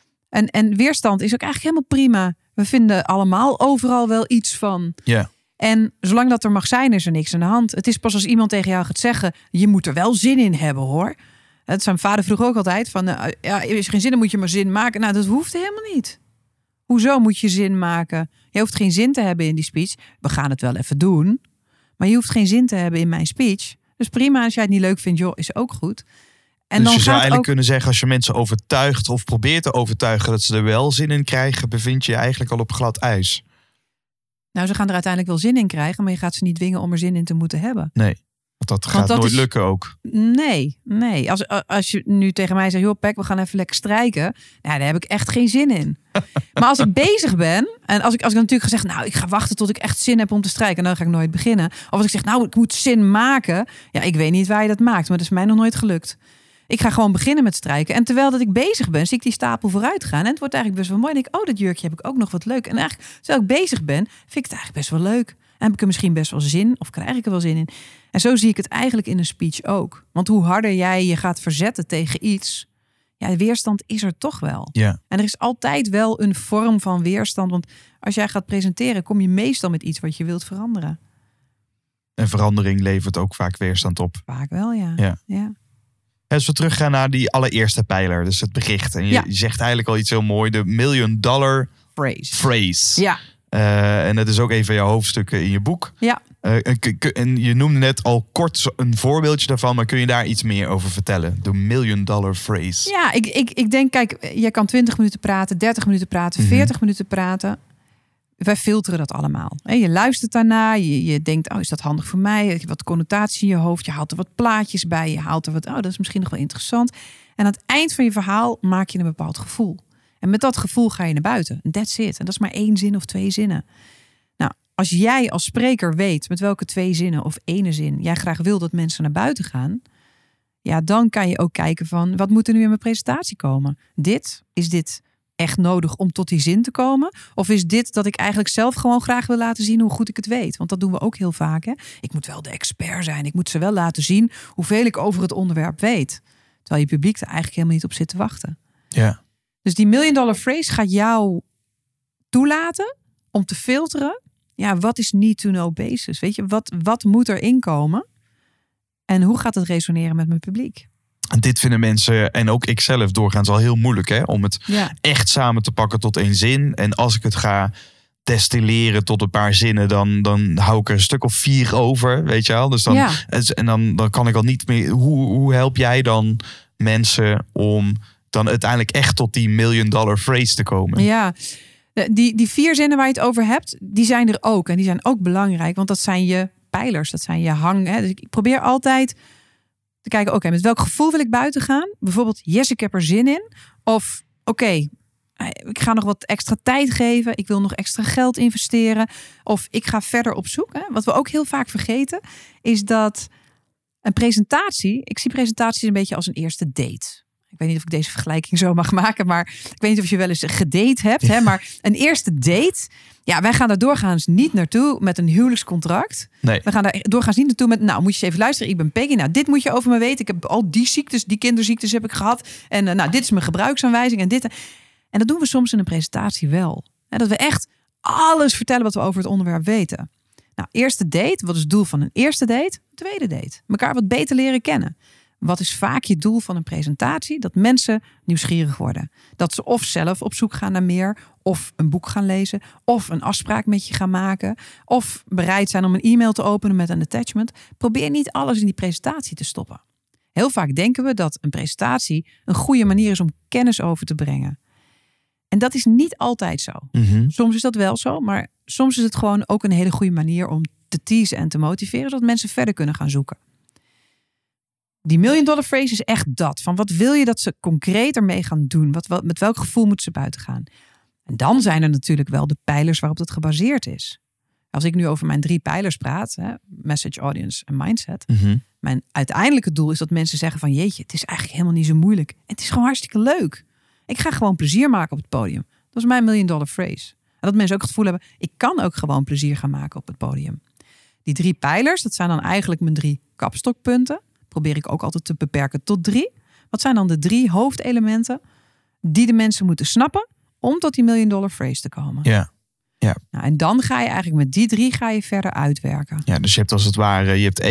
En weerstand is ook eigenlijk helemaal prima. We vinden allemaal overal wel iets van. Ja. En zolang dat er mag zijn, is er niks aan de hand. Het is pas als iemand tegen jou gaat zeggen, je moet er wel zin in hebben, hoor. Het zijn vader vroeg ook altijd van, is er geen zin, dan moet je maar zin maken. Nou, dat hoeft helemaal niet. Hoezo moet je zin maken? Je hoeft geen zin te hebben in die speech. We gaan het wel even doen. Maar je hoeft geen zin te hebben in mijn speech. Dus prima, als jij het niet leuk vindt, joh, is ook goed. En dus dan je zou eigenlijk ook kunnen zeggen, als je mensen overtuigt of probeert te overtuigen dat ze er wel zin in krijgen, bevind je je eigenlijk al op glad ijs. Nou, ze gaan er uiteindelijk wel zin in krijgen, maar je gaat ze niet dwingen om er zin in te moeten hebben. Nee, want dat gaat nooit lukken ook. Nee. Als je nu tegen mij zegt, joh Pek, we gaan even lekker strijken. Nou, daar heb ik echt geen zin in. Maar als ik bezig ben, en als ik natuurlijk ga zeggen, nou, ik ga wachten tot ik echt zin heb om te strijken, dan ga ik nooit beginnen. Of als ik zeg, nou, ik moet zin maken. Ja, ik weet niet waar je dat maakt, maar dat is mij nog nooit gelukt. Ik ga gewoon beginnen met strijken. En terwijl dat ik bezig ben, zie ik die stapel vooruit gaan. En het wordt eigenlijk best wel mooi. En ik denk, dat jurkje heb ik ook nog wat leuk. En eigenlijk, terwijl ik bezig ben, vind ik het eigenlijk best wel leuk. En heb ik er misschien best wel zin, of krijg ik er wel zin in. En zo zie ik het eigenlijk in een speech ook. Want hoe harder jij je gaat verzetten tegen iets, ja, de weerstand is er toch wel. Ja. En er is altijd wel een vorm van weerstand. Want als jij gaat presenteren, kom je meestal met iets wat je wilt veranderen. En verandering levert ook vaak weerstand op. Vaak wel, ja. Als we teruggaan naar die allereerste pijler, dus het bericht. En je zegt eigenlijk al iets heel mooi, de $1 million phrase. Ja. En dat is ook een van jouw hoofdstukken in je boek. Ja. En je noemde net al kort een voorbeeldje daarvan, maar kun je daar iets meer over vertellen? De $1 million phrase. Ja, ik denk, kijk, je kan 20 minuten praten, 30 minuten praten, 40 minuten praten. Wij filteren dat allemaal. Je luistert daarna, je denkt, is dat handig voor mij? Je hebt wat connotatie in je hoofd, je haalt er wat plaatjes bij, je haalt er wat, dat is misschien nog wel interessant. En aan het eind van je verhaal maak je een bepaald gevoel. En met dat gevoel ga je naar buiten. That's it. En dat is maar 1 zin of 2 zinnen. Nou, als jij als spreker weet met welke 2 zinnen of 1 zin jij graag wil dat mensen naar buiten gaan, ja, dan kan je ook kijken van, wat moet er nu in mijn presentatie komen? Is dit echt nodig om tot die zin te komen? Of is dit dat ik eigenlijk zelf gewoon graag wil laten zien hoe goed ik het weet? Want dat doen we ook heel vaak. Hè? Ik moet wel de expert zijn. Ik moet ze wel laten zien hoeveel ik over het onderwerp weet. Terwijl je publiek er eigenlijk helemaal niet op zit te wachten. Ja. Dus die $1 million phrase gaat jou toelaten om te filteren. Ja, wat is need to know basis? Weet je, wat moet er inkomen? En hoe gaat het resoneren met mijn publiek? En dit vinden mensen, en ook ik zelf doorgaans al heel moeilijk, hè, om het echt samen te pakken tot 1 zin. En als ik het ga destilleren tot een paar zinnen, dan hou ik er een stuk of 4 over, weet je wel. Dus dan kan ik al niet meer. Hoe help jij dan mensen om dan uiteindelijk echt tot die $1 million phrase te komen? Ja, die 4 zinnen waar je het over hebt, die zijn er ook. En die zijn ook belangrijk, want dat zijn je pijlers, dat zijn je hang. Hè. Dus ik probeer altijd te kijken, oké, met welk gevoel wil ik buiten gaan? Bijvoorbeeld, yes, ik heb er zin in. Of, oké, ik ga nog wat extra tijd geven. Ik wil nog extra geld investeren. Of ik ga verder op zoek. Hè. Wat we ook heel vaak vergeten, is dat een presentatie, ik zie presentaties een beetje als een eerste date. Ik weet niet of ik deze vergelijking zo mag maken, maar ik weet niet of je wel eens gedate hebt. Hè, maar een eerste date, ja, wij gaan daar doorgaans niet naartoe met een huwelijkscontract. Nee. We gaan daar doorgaans niet naartoe met, nou, moet je eens even luisteren. Ik ben Peggy. Nou, dit moet je over me weten. Ik heb al die ziektes, die kinderziektes heb ik gehad. En dit is mijn gebruiksaanwijzing en dit. En dat doen we soms in een presentatie wel. Dat we echt alles vertellen wat we over het onderwerp weten. Nou, eerste date. Wat is het doel van een eerste date? Tweede date. Mekaar wat beter leren kennen. Wat is vaak je doel van een presentatie? Dat mensen nieuwsgierig worden. Dat ze of zelf op zoek gaan naar meer, of een boek gaan lezen, of een afspraak met je gaan maken, of bereid zijn om een e-mail te openen met een attachment. Probeer niet alles in die presentatie te stoppen. Heel vaak denken we dat een presentatie een goede manier is om kennis over te brengen. En dat is niet altijd zo. Mm-hmm. Soms is dat wel zo, maar soms is het gewoon ook een hele goede manier om te teasen en te motiveren, zodat mensen verder kunnen gaan zoeken. Die $1 million phrase is echt dat. Van wat wil je dat ze concreet ermee gaan doen? Met welk gevoel moeten ze buiten gaan? En dan zijn er natuurlijk wel de pijlers waarop dat gebaseerd is. Als ik nu over mijn 3 pijlers praat, message, audience en mindset. Mm-hmm. Mijn uiteindelijke doel is dat mensen zeggen van jeetje, het is eigenlijk helemaal niet zo moeilijk. En het is gewoon hartstikke leuk. Ik ga gewoon plezier maken op het podium. Dat is mijn $1 million phrase. En dat mensen ook het gevoel hebben, ik kan ook gewoon plezier gaan maken op het podium. Die 3 pijlers, dat zijn dan eigenlijk mijn 3 kapstokpunten. Probeer ik ook altijd te beperken tot 3. Wat zijn dan de 3 hoofdelementen die de mensen moeten snappen om tot die $1 million phrase te komen? Ja. Ja. Nou, en dan ga je eigenlijk met die 3 verder uitwerken. Ja, dus je hebt als het ware, je hebt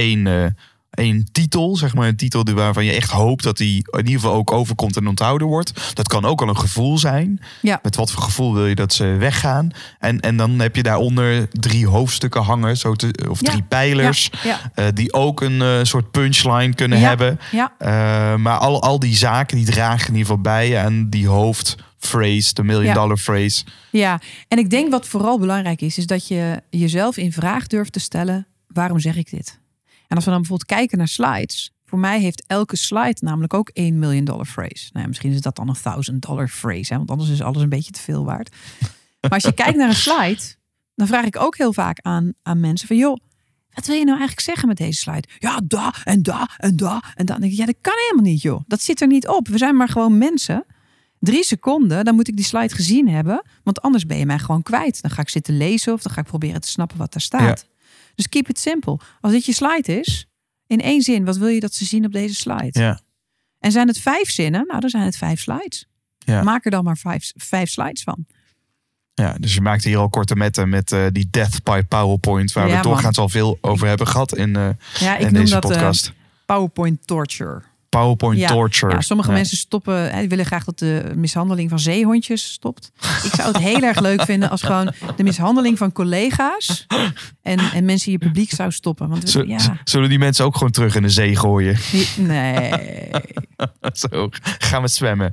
één titel, zeg maar een titel waarvan je echt hoopt dat die in ieder geval ook overkomt en onthouden wordt. Dat kan ook al een gevoel zijn. Ja. Met wat voor gevoel wil je dat ze weggaan? En dan heb je daaronder 3 hoofdstukken hangen, of 3 pijlers, die ook een soort punchline kunnen hebben. Ja. Maar al die zaken die dragen in ieder geval bij aan die hoofdphrase, de $1 million phrase. Ja, en ik denk wat vooral belangrijk is dat je jezelf in vraag durft te stellen, waarom zeg ik dit? En als we dan bijvoorbeeld kijken naar slides. Voor mij heeft elke slide namelijk ook $1 million phrase. Nou ja, misschien is dat dan een $1,000 phrase. Want anders is alles een beetje te veel waard. Maar als je kijkt naar een slide. Dan vraag ik ook heel vaak aan mensen van joh. Wat wil je nou eigenlijk zeggen met deze slide? Ja, da en da en da en da. Dan denk ik, ja, dat kan helemaal niet joh. Dat zit er niet op. We zijn maar gewoon mensen. 3 seconden, dan moet ik die slide gezien hebben. Want anders ben je mij gewoon kwijt. Dan ga ik zitten lezen of dan ga ik proberen te snappen wat daar staat. Ja. Dus keep it simple. Als dit je slide is, in 1 zin, wat wil je dat ze zien op deze slide? Ja. En zijn het 5 zinnen? Nou, dan zijn het 5 slides. Ja. Maak er dan maar 5 slides van. Ja, dus je maakt hier al korte metten met die Death by PowerPoint, waar we doorgaans al veel over hebben gehad in deze podcast. PowerPoint torture. PowerPoint torture. Ja, sommige mensen stoppen, die willen graag dat de mishandeling van zeehondjes stopt. Ik zou het heel erg leuk vinden als gewoon de mishandeling van collega's en mensen in je publiek zou stoppen. Want, zullen die mensen ook gewoon terug in de zee gooien? Nee. Zo, gaan we zwemmen.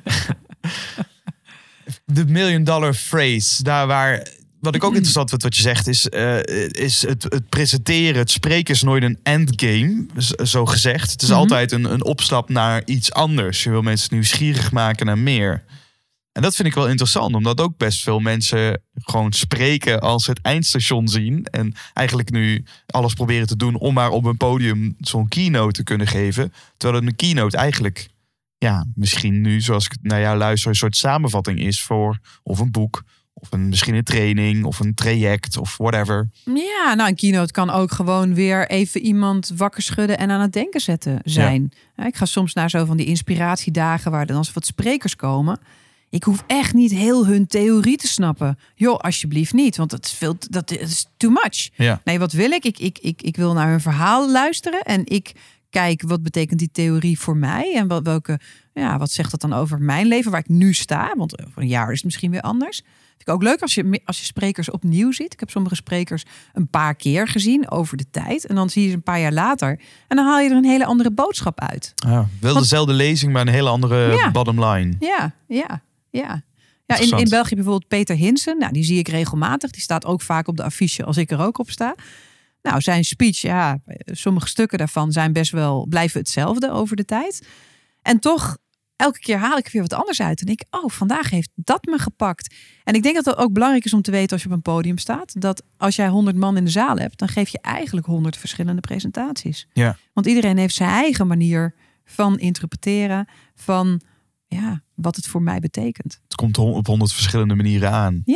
De $1 million phrase, daar waar... Wat ik ook interessant vind wat je zegt is het presenteren, het spreken is nooit een endgame, zo gezegd. Het is altijd een opstap naar iets anders. Je wil mensen nieuwsgierig maken naar meer. En dat vind ik wel interessant, omdat ook best veel mensen gewoon spreken als het eindstation zien. En eigenlijk nu alles proberen te doen om maar op een podium zo'n keynote te kunnen geven. Terwijl een keynote eigenlijk, misschien nu zoals ik naar jou luister, een soort samenvatting is voor of een boek. Of misschien een training of een traject of whatever. Ja, nou een keynote kan ook gewoon weer even iemand wakker schudden en aan het denken zetten zijn. Ja. Ik ga soms naar zo van die inspiratiedagen waar dan wat sprekers komen. Ik hoef echt niet heel hun theorie te snappen. Joh, alsjeblieft niet, want dat is too much. Ja. Nee, wat wil ik? Ik wil naar hun verhaal luisteren en ik kijk wat betekent die theorie voor mij en wat zegt dat dan over mijn leven waar ik nu sta? Want over een jaar is het misschien weer anders. Vind ik ook leuk als je sprekers opnieuw ziet. Ik heb sommige sprekers een paar keer gezien over de tijd. En dan zie je ze een paar jaar later. En dan haal je er een hele andere boodschap uit. Ja, wel dezelfde lezing, maar een hele andere bottom line. Ja, in België bijvoorbeeld Peter Hinsen. Nou, die zie ik regelmatig. Die staat ook vaak op de affiche als ik er ook op sta. Nou, zijn speech, sommige stukken daarvan blijven hetzelfde over de tijd. En toch... Elke keer haal ik er weer wat anders uit. En denk ik, vandaag heeft dat me gepakt. En ik denk dat het ook belangrijk is om te weten als je op een podium staat. Dat als jij 100 man in de zaal hebt, dan geef je eigenlijk 100 verschillende presentaties. Ja. Want iedereen heeft zijn eigen manier van interpreteren. Van wat het voor mij betekent. Het komt op 100 verschillende manieren aan. Ja.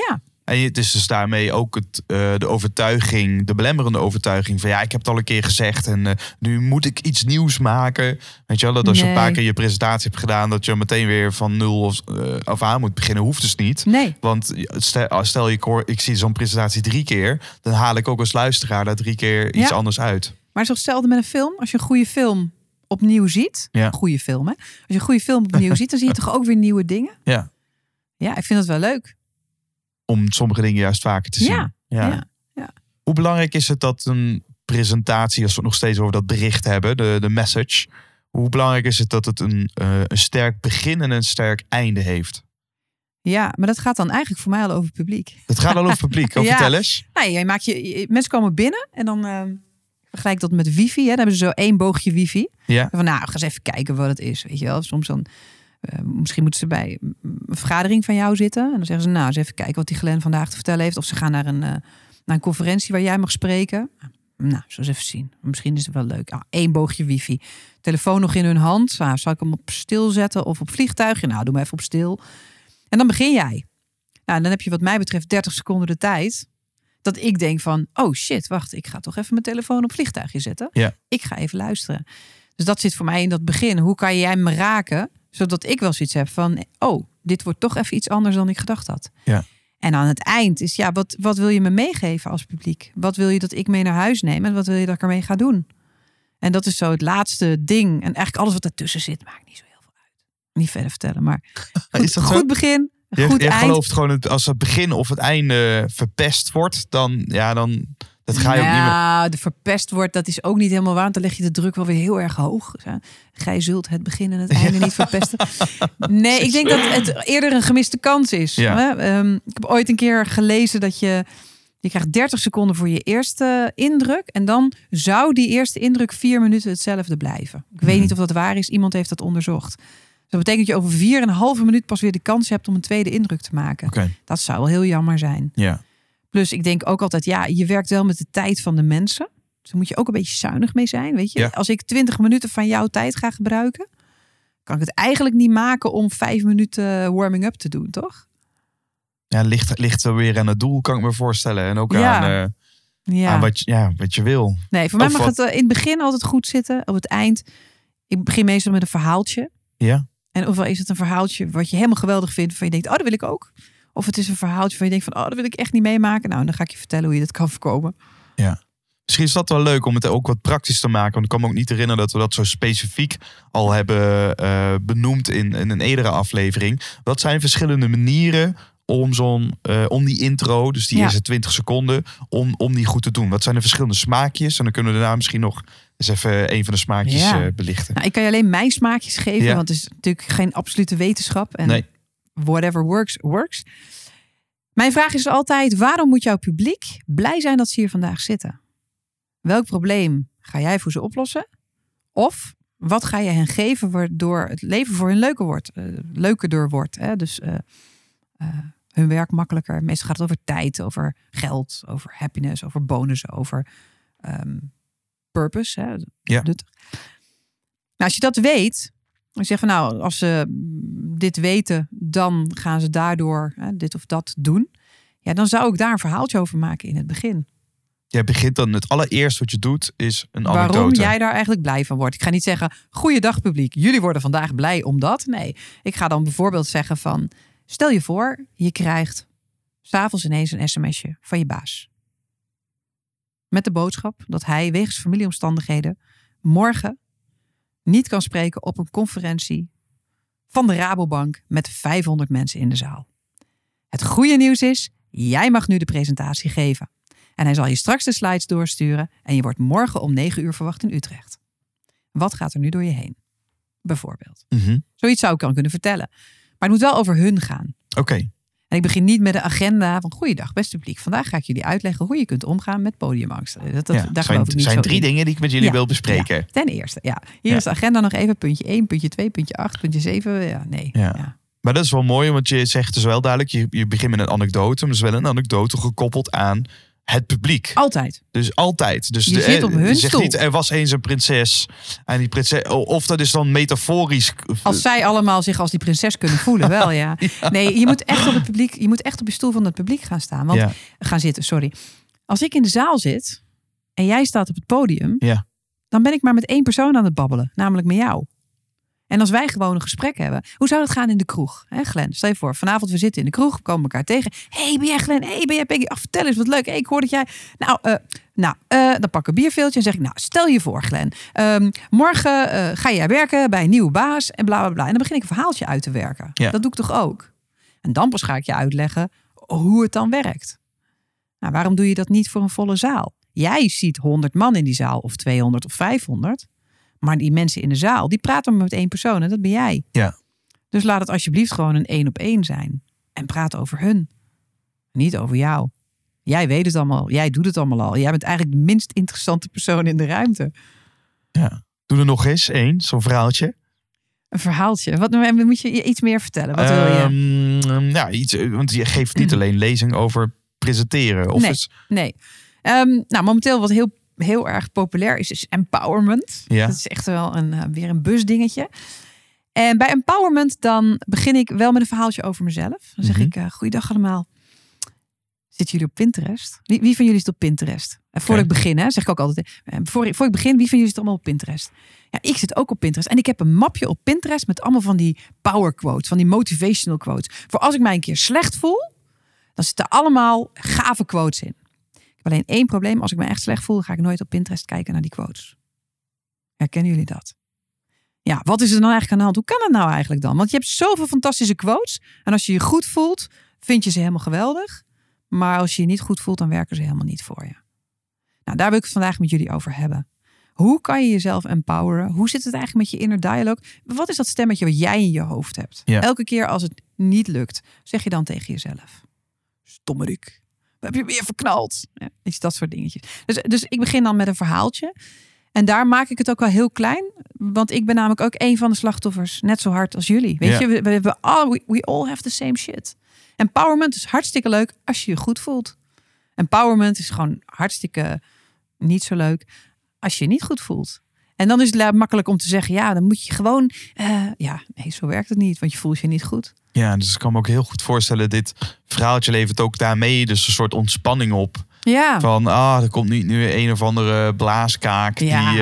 En het is dus daarmee ook de overtuiging, de belemmerende overtuiging van ik heb het al een keer gezegd en nu moet ik iets nieuws maken. Weet je wel, dat als je een paar keer je presentatie hebt gedaan, dat je meteen weer van nul af aan moet beginnen, hoeft dus niet. Nee. Want stel ik zie zo'n presentatie 3 keer, dan haal ik ook als luisteraar daar 3 keer iets anders uit. Maar het is toch hetzelfde met een film? Als je een goede film opnieuw ziet, een goede film hè? Als je een goede film opnieuw ziet, dan zie je toch ook weer nieuwe dingen? Ja. Ja, ik vind dat wel leuk. Om sommige dingen juist vaker te zien. Ja. Hoe belangrijk is het dat een presentatie, als we het nog steeds over dat bericht hebben, de message, hoe belangrijk is het dat het een sterk begin en een sterk einde heeft? Ja, maar dat gaat dan eigenlijk voor mij al over publiek. Het gaat al over publiek. Vertel eens. Nee, mensen komen binnen en dan vergelijk dat met wifi. Hè. Dan hebben ze zo 1 boogje wifi. Ja. Van ga eens even kijken wat het is. Weet je wel, soms dan misschien moeten ze bij een vergadering van jou zitten. En dan zeggen ze, eens even kijken wat die Glenn vandaag te vertellen heeft. Of ze gaan naar een conferentie waar jij mag spreken. Nou, zo eens even zien. Misschien is het wel leuk. 1 boogje wifi. Telefoon nog in hun hand. Zal ik hem op stil zetten of op vliegtuigje? Nou, doe maar even op stil. En dan begin jij. Nou, dan heb je wat mij betreft 30 seconden de tijd. Dat ik denk van, oh shit, wacht. Ik ga toch even mijn telefoon op vliegtuigje zetten. Ja. Ik ga even luisteren. Dus dat zit voor mij in dat begin. Hoe kan jij me raken? Zodat ik wel zoiets heb van, dit wordt toch even iets anders dan ik gedacht had. Ja. En aan het eind is, wat wil je me meegeven als publiek? Wat wil je dat ik mee naar huis neem? En wat wil je dat ik ermee ga doen? En dat is zo het laatste ding. En eigenlijk alles wat ertussen zit, maakt niet zo heel veel uit. Niet verder vertellen, maar goed begin, goed je eind. gelooft gewoon, als het begin of het einde verpest wordt, dan dat ga je ook niet meer. De verpest wordt, dat is ook niet helemaal waar. Want dan leg je de druk wel weer heel erg hoog. Gij zult het begin en het einde niet verpesten. Nee, ik denk dat het eerder een gemiste kans is. Ja. Ik heb ooit een keer gelezen dat je krijgt 30 seconden voor je eerste indruk. En dan zou die eerste indruk 4 minuten hetzelfde blijven. Ik weet niet of dat waar is. Iemand heeft dat onderzocht. Dus dat betekent dat je over 4,5 minuut pas weer de kans hebt om een tweede indruk te maken. Okay. Dat zou wel heel jammer zijn. Ja. Plus ik denk ook altijd, je werkt wel met de tijd van de mensen. Dus daar moet je ook een beetje zuinig mee zijn. Weet je? Ja. Als ik 20 minuten van jouw tijd ga gebruiken, kan ik het eigenlijk niet maken om 5 minuten warming up te doen, toch? Ja, ligt er weer aan het doel, kan ik me voorstellen. En ook aan wat je wil. Nee, voor mij mag het in het begin altijd goed zitten. Op het eind, ik begin meestal met een verhaaltje. Ja. En ofwel is het een verhaaltje wat je helemaal geweldig vindt, van je denkt, dat wil ik ook. Of het is een verhaaltje van je denkt van, dat wil ik echt niet meemaken. Nou, dan ga ik je vertellen hoe je dat kan voorkomen. Ja. Misschien is dat wel leuk om het ook wat praktisch te maken. Want ik kan me ook niet herinneren dat we dat zo specifiek al hebben benoemd in een eerdere aflevering. Wat zijn verschillende manieren om die intro, dus die eerste 20 seconden, om die goed te doen? Wat zijn de verschillende smaakjes? En dan kunnen we daarna misschien nog eens even een van de smaakjes belichten. Nou, ik kan je alleen mijn smaakjes geven, want het is natuurlijk geen absolute wetenschap. En whatever works, works. Mijn vraag is altijd, waarom moet jouw publiek blij zijn dat ze hier vandaag zitten? Welk probleem ga jij voor ze oplossen? Of wat ga je hen geven waardoor het leven voor hen leuker wordt? Hè? Dus hun werk makkelijker. Meestal gaat het over tijd, over geld, over happiness, over bonussen, over purpose. Hè? Ja. Nou, als je dat weet, als je zegt van als ze dit weten, dan gaan ze daardoor dit of dat doen. Ja, dan zou ik daar een verhaaltje over maken in het begin. Jij begint dan, het allereerst wat je doet is een anekdote. Waarom jij daar eigenlijk blij van wordt. Ik ga niet zeggen, goeiedag publiek, jullie worden vandaag blij omdat. Nee, ik ga dan bijvoorbeeld zeggen van, stel je voor, je krijgt 's avonds ineens een sms'je van je baas. Met de boodschap dat hij wegens familieomstandigheden morgen niet kan spreken op een conferentie van de Rabobank met 500 mensen in de zaal. Het goede nieuws is, jij mag nu de presentatie geven. En hij zal je straks de slides doorsturen en je wordt morgen om 9 uur verwacht in Utrecht. Wat gaat er nu door je heen? Bijvoorbeeld. Mm-hmm. Zoiets zou ik dan kunnen vertellen. Maar het moet wel over hun gaan. Oké. En ik begin niet met de agenda van goeiedag beste publiek. Vandaag ga ik jullie uitleggen hoe je kunt omgaan met podiumangst. Daar geloof ik niet zijn zo 3 in. dingen die ik met jullie wil bespreken. Ja, ten eerste, Hier is de agenda nog even. Puntje 1, puntje 2, puntje 8, puntje 7. Ja. Maar dat is wel mooi, want je zegt dus wel duidelijk, je begint met een anekdote. Maar er is wel een anekdote gekoppeld aan het publiek. Altijd. Dus altijd. Dus Je zit op hun zegt stoel. niet, er was eens een prinses. En die prinses, of dat is dan metaforisch. Als zij allemaal zich als die prinses kunnen voelen, wel ja. Nee, je moet echt op het publiek, je moet echt op de stoel van het publiek gaan staan. Want, gaan zitten, sorry. Als ik in de zaal zit en jij staat op het podium, dan ben ik maar met één persoon aan het babbelen, namelijk met jou. En als wij gewoon een gesprek hebben, hoe zou dat gaan in de kroeg? Hè, Glenn, stel je voor, vanavond we zitten in de kroeg, we komen elkaar tegen. Hey, ben jij Glenn? Hey, ben jij Peggy? Ach, vertel eens, wat leuk. Hey, ik hoor dat jij... Dan pak ik een bierveeltje en zeg ik, nou, stel je voor Glenn. Morgen ga jij werken bij een nieuwe baas en bla bla bla. En dan begin ik een verhaaltje uit te werken. Ja. Dat doe ik toch ook? En dan pas ga ik je uitleggen hoe het dan werkt. Nou, waarom doe je dat niet voor een volle zaal? Jij ziet 100 man in die zaal of 200 of 500... Maar die mensen in de zaal, die praten maar met één persoon. En dat ben jij. Ja. Dus laat het alsjeblieft gewoon een 1-op-1 zijn. En praat over hun. Niet over jou. Jij weet het allemaal. Jij doet het allemaal al. Jij bent eigenlijk de minst interessante persoon in de ruimte. Ja. Doe er nog eens zo'n verhaaltje. Een verhaaltje. Wat moet je iets meer vertellen? Wat wil je? Ja, iets. Want je geeft niet alleen lezing over presenteren. Of nee. Nou, momenteel wat heel erg populair is empowerment. Ja. Dat is echt wel weer een busdingetje. En bij empowerment dan begin ik wel met een verhaaltje over mezelf. Dan zeg ik, goeiedag allemaal. Zitten jullie op Pinterest? Wie van jullie zit op Pinterest? En voordat ik begin, zeg ik ook altijd. Voor ik begin, wie van jullie zit allemaal op Pinterest? Ja, ik zit ook op Pinterest. En ik heb een mapje op Pinterest met allemaal van die power quotes. Van die motivational quotes. Voor als ik mij een keer slecht voel, dan zitten allemaal gave quotes in. Ik heb alleen één probleem. Als ik me echt slecht voel, ga ik nooit op Pinterest kijken naar die quotes. Herkennen jullie dat? Ja, wat is er dan eigenlijk aan de hand? Hoe kan dat nou eigenlijk dan? Want je hebt zoveel fantastische quotes. En als je je goed voelt, vind je ze helemaal geweldig. Maar als je je niet goed voelt, dan werken ze helemaal niet voor je. Nou, daar wil ik het vandaag met jullie over hebben. Hoe kan je jezelf empoweren? Hoe zit het eigenlijk met je inner dialogue? Wat is dat stemmetje wat jij in je hoofd hebt? Ja. Elke keer als het niet lukt, zeg je dan tegen jezelf: stommerik. Heb je weer verknald? Ja, iets dat soort dingetjes. Dus ik begin dan met een verhaaltje. En daar maak ik het ook wel heel klein. Want ik ben namelijk ook een van de slachtoffers. Net zo hard als jullie. Weet je, we all have the same shit. Empowerment is hartstikke leuk als je je goed voelt. Empowerment is gewoon hartstikke niet zo leuk als je je niet goed voelt. En dan is het makkelijk om te zeggen, ja, dan moet je gewoon... nee, zo werkt het niet, want je voelt je niet goed. Ja, dus ik kan me ook heel goed voorstellen, dit verhaaltje levert ook daarmee dus een soort ontspanning op. Ja. Van, er komt nu een of andere blaaskaak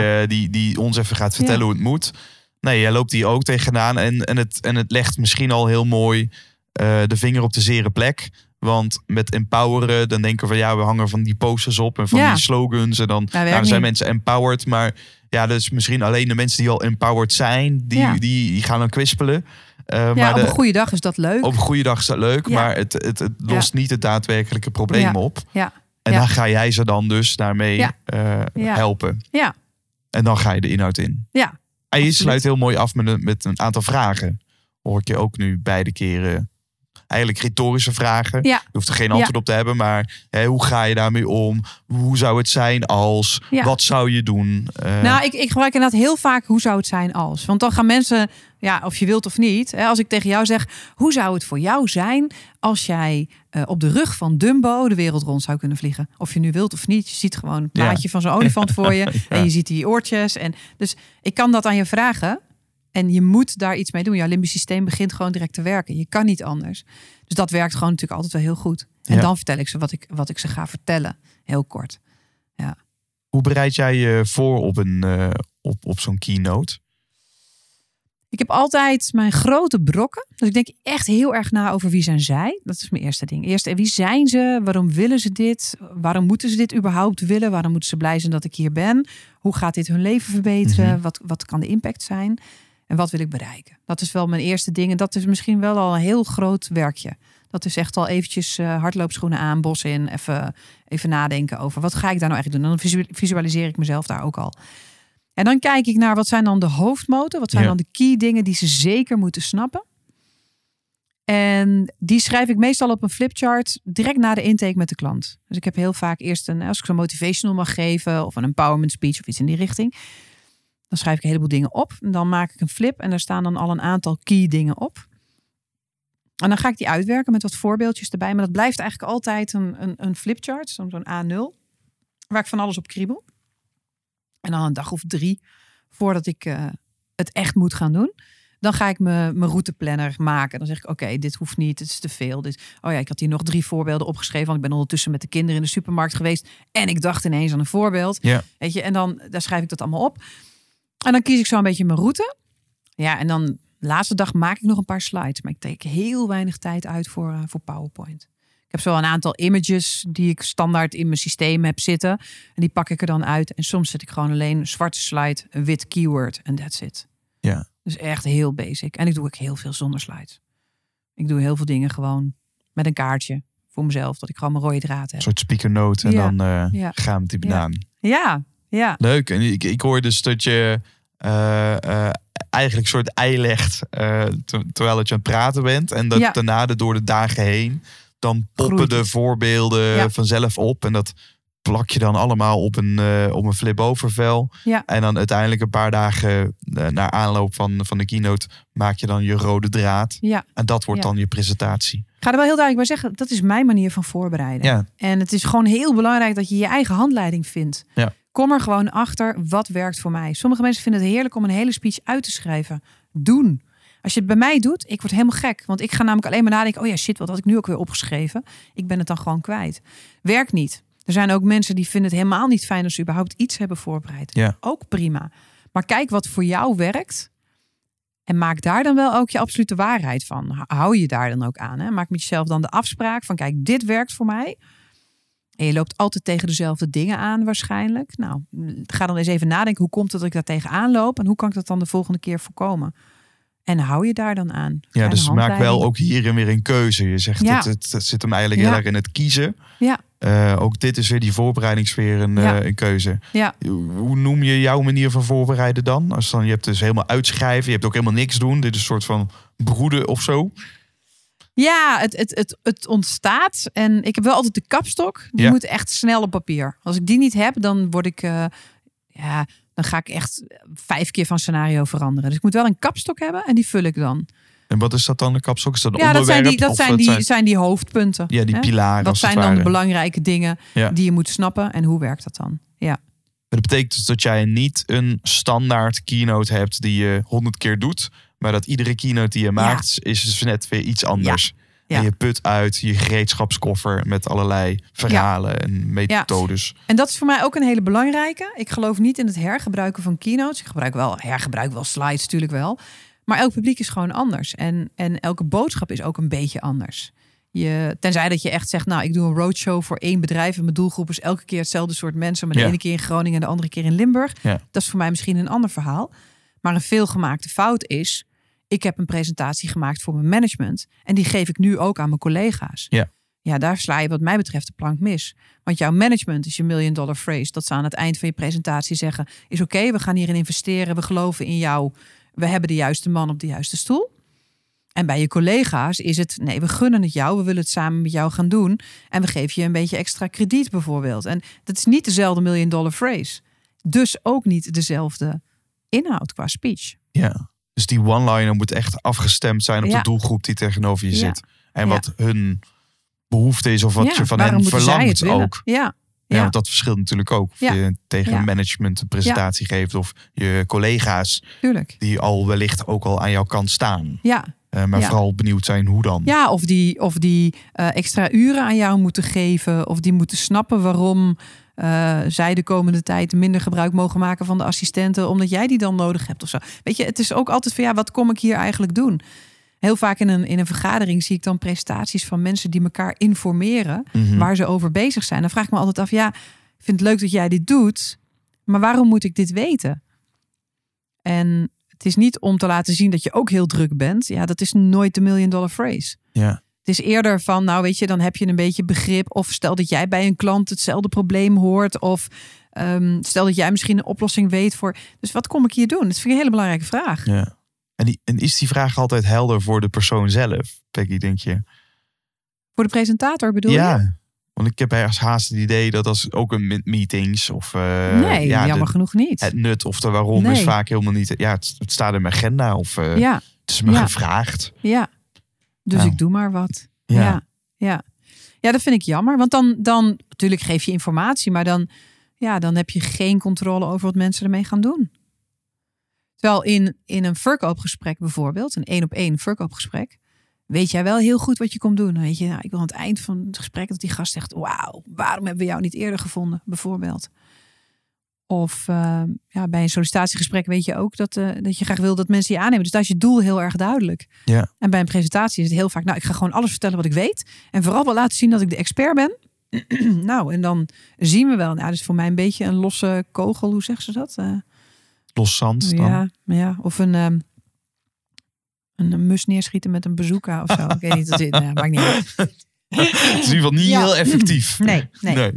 die ons even gaat vertellen hoe het moet. Nee, jij loopt hier ook tegenaan en het legt misschien al heel mooi de vinger op de zere plek. Want met empoweren, dan denken we van we hangen van die posters op en van die slogans. En dan zijn mensen empowered. Maar dus misschien alleen de mensen die al empowered zijn, die gaan dan kwispelen. Maar op een goede dag is dat leuk. Op een goede dag is dat leuk, maar het lost niet het daadwerkelijke probleem op. Ja. En dan ga jij ze dan dus daarmee helpen. Ja. En dan ga je de inhoud in. Ja. En je sluit heel mooi af met een aantal vragen. Hoor ik je ook nu beide keren. Eigenlijk retorische vragen. Ja. Je hoeft er geen antwoord op te hebben. Maar hoe ga je daarmee om? Hoe zou het zijn als? Ja. Wat zou je doen? Nou, ik gebruik inderdaad heel vaak hoe zou het zijn als. Want dan gaan mensen, of je wilt of niet. Als ik tegen jou zeg, hoe zou het voor jou zijn als jij op de rug van Dumbo de wereld rond zou kunnen vliegen? Of je nu wilt of niet. Je ziet gewoon een plaatje van zo'n olifant voor je. En je ziet die oortjes. En dus ik kan dat aan je vragen. En je moet daar iets mee doen. Jouw limbisch systeem begint gewoon direct te werken. Je kan niet anders. Dus dat werkt gewoon natuurlijk altijd wel heel goed. En dan vertel ik ze wat ik ze ga vertellen. Heel kort. Ja. Hoe bereid jij je voor op zo'n keynote? Ik heb altijd mijn grote brokken. Dus ik denk echt heel erg na over wie zijn zij. Dat is mijn eerste ding. Eerst, wie zijn ze? Waarom willen ze dit? Waarom moeten ze dit überhaupt willen? Waarom moeten ze blij zijn dat ik hier ben? Hoe gaat dit hun leven verbeteren? Mm-hmm. Wat kan de impact zijn? En wat wil ik bereiken? Dat is wel mijn eerste ding. En dat is misschien wel al een heel groot werkje. Dat is echt al eventjes hardloopschoenen aan, bos in. Even nadenken over wat ga ik daar nou eigenlijk doen. Dan visualiseer ik mezelf daar ook al. En dan kijk ik naar wat zijn dan de hoofdmoten. Wat zijn dan de key dingen die ze zeker moeten snappen. En die schrijf ik meestal op een flipchart direct na de intake met de klant. Dus ik heb heel vaak eerst als ik zo'n motivational mag geven of een empowerment speech of iets in die richting. Dan schrijf ik een heleboel dingen op. En dan maak ik een flip en daar staan dan al een aantal key dingen op. En dan ga ik die uitwerken met wat voorbeeldjes erbij. Maar dat blijft eigenlijk altijd een flipchart, zo'n A0, waar ik van alles op kriebel. En dan een dag of 3 voordat ik het echt moet gaan doen. Dan ga ik mijn routeplanner maken. Dan zeg ik, oké, dit hoeft niet, dit is te veel. Ik had hier nog 3 voorbeelden opgeschreven. Want ik ben ondertussen met de kinderen in de supermarkt geweest. En ik dacht ineens aan een voorbeeld. Ja. Weet je, en daar schrijf ik dat allemaal op. En dan kies ik zo een beetje mijn route. Ja, en dan de laatste dag maak ik nog een paar slides. Maar ik teken heel weinig tijd uit voor PowerPoint. Ik heb zo een aantal images die ik standaard in mijn systeem heb zitten. En die pak ik er dan uit. En soms zet ik gewoon alleen een zwarte slide, een wit keyword en that's it. Ja. Dus echt heel basic. En ik doe ook heel veel zonder slides. Ik doe heel veel dingen gewoon met een kaartje voor mezelf. Dat ik gewoon mijn rode draad heb. Een soort speakernote en dan gaan we met die banaan. Ja. Leuk. En ik hoor dus dat je eigenlijk een soort ei legt terwijl het je aan het praten bent. En dat daarna door de dagen heen dan poppen Groeit. de voorbeelden vanzelf op. En dat plak je dan allemaal op een flip-over vel. Ja. En dan uiteindelijk een paar dagen na aanloop van de keynote maak je dan je rode draad. Ja. En dat wordt dan je presentatie. Ik ga er wel heel duidelijk bij zeggen, dat is mijn manier van voorbereiden. Ja. En het is gewoon heel belangrijk dat je je eigen handleiding vindt. Ja. Kom er gewoon achter, wat werkt voor mij. Sommige mensen vinden het heerlijk om een hele speech uit te schrijven. Doen. Als je het bij mij doet, ik word helemaal gek. Want ik ga namelijk alleen maar nadenken, oh ja shit, wat had ik nu ook weer opgeschreven? Ik ben het dan gewoon kwijt. Werkt niet. Er zijn ook mensen die vinden het helemaal niet fijn als ze überhaupt iets hebben voorbereid. Ja. Ook prima. Maar kijk wat voor jou werkt. En maak daar dan wel ook je absolute waarheid van. Hou je daar dan ook aan. Hè? Maak met jezelf dan de afspraak van kijk, dit werkt voor mij. En je loopt altijd tegen dezelfde dingen aan waarschijnlijk. Nou, ga dan eens even nadenken. Hoe komt het dat ik daar tegenaan loop? En hoe kan ik dat dan de volgende keer voorkomen? En hou je daar dan aan. Ja, dus maak wel ook hierin weer een keuze. Je zegt, het zit hem eigenlijk heel erg in het kiezen. Ja. Ook dit is weer die voorbereidingsfeer een keuze. Ja. Hoe noem je jouw manier van voorbereiden dan? Als dan je hebt dus helemaal uitschrijven. Je hebt ook helemaal niks doen. Dit is een soort van broeden of zo. Ja, het ontstaat. En ik heb wel altijd de kapstok. Die moet echt snel op papier. Als ik die niet heb, dan word ik... dan ga ik echt 5 keer van scenario veranderen. Dus ik moet wel een kapstok hebben en die vul ik dan. En wat is dat dan, een kapstok? Is dat een onderwerp? Dat zijn die hoofdpunten. Ja, die pilaren. Wat zijn dan de belangrijke dingen die je moet snappen en hoe werkt dat dan? Ja. Dat betekent dus dat jij niet een standaard keynote hebt die je 100 keer doet. Maar dat iedere keynote die je maakt is dus net weer iets anders. Ja. En je put uit je gereedschapskoffer met allerlei verhalen en methodes. En dat is voor mij ook een hele belangrijke. Ik geloof niet in het hergebruiken van keynotes. Ik hergebruik wel slides natuurlijk wel. Maar elk publiek is gewoon anders. En elke boodschap is ook een beetje anders. Tenzij dat je echt zegt, nou, ik doe een roadshow voor 1 bedrijf. En mijn doelgroep is elke keer hetzelfde soort mensen. Maar de ene keer in Groningen en de andere keer in Limburg. Ja. Dat is voor mij misschien een ander verhaal. Maar een veelgemaakte fout is... ik heb een presentatie gemaakt voor mijn management. En die geef ik nu ook aan mijn collega's. Ja, daar sla je wat mij betreft de plank mis. Want jouw management is je $1 million phrase. Dat ze aan het eind van je presentatie zeggen... is oké, we gaan hierin investeren. We geloven in jou. We hebben de juiste man op de juiste stoel. En bij je collega's is het... nee, we gunnen het jou. We willen het samen met jou gaan doen. En we geven je een beetje extra krediet bijvoorbeeld. En dat is niet dezelfde $1 million phrase. Dus ook niet dezelfde inhoud qua speech. Ja. Dus die one-liner moet echt afgestemd zijn op de doelgroep die tegenover je zit. En wat hun behoefte is of wat je van hen verlangt ook. Ja, want dat verschilt natuurlijk ook. Of je tegen een management een presentatie geeft of je collega's die al wellicht ook al aan jouw kant staan. Ja. Maar vooral benieuwd zijn hoe dan. Ja, of die extra uren aan jou moeten geven. Of die moeten snappen waarom... zij de komende tijd minder gebruik mogen maken van de assistenten, omdat jij die dan nodig hebt of zo. Weet je, het is ook altijd van wat kom ik hier eigenlijk doen? Heel vaak in een vergadering zie ik dan presentaties van mensen die elkaar informeren waar ze over bezig zijn. Dan vraag ik me altijd af, ik vind het leuk dat jij dit doet, maar waarom moet ik dit weten? En het is niet om te laten zien dat je ook heel druk bent. Ja, dat is nooit de $1 million phrase. Ja. Het is eerder van, nou weet je, dan heb je een beetje begrip. Of stel dat jij bij een klant hetzelfde probleem hoort. Of stel dat jij misschien een oplossing weet voor... Dus wat kom ik hier doen? Dat vind ik een hele belangrijke vraag. Ja. En is die vraag altijd helder voor de persoon zelf, Peggy, denk je? Voor de presentator bedoel je? Ja, want ik heb ergens haast het idee dat als ook een meetings of... nee, jammer genoeg niet. Het nut of de waarom is vaak helemaal niet... Ja, het staat in mijn agenda of het is me gevraagd. Ja. Dus Nou. ik doe maar wat. Ja. Ja, dat vind ik jammer. Want dan natuurlijk geef je informatie, maar dan heb je geen controle over wat mensen ermee gaan doen. Terwijl in een verkoopgesprek bijvoorbeeld, een 1-op-1 verkoopgesprek, weet jij wel heel goed wat je komt doen. Dan weet je, ik wil aan het eind van het gesprek dat die gast zegt, wauw, waarom hebben we jou niet eerder gevonden, bijvoorbeeld. Of bij een sollicitatiegesprek weet je ook dat je graag wil dat mensen je aannemen. Dus daar is je doel heel erg duidelijk. Ja. En bij een presentatie is het heel vaak, ik ga gewoon alles vertellen wat ik weet. En vooral wel laten zien dat ik de expert ben. En dan zien we wel. Nou, dat is voor mij een beetje een losse kogel. Hoe zeggen ze dat? Los zand dan. Ja. Of een mus neerschieten met een bazooka of zo. Ik weet niet. Dat maakt niet uit. Het is in ieder geval niet heel effectief. Nee.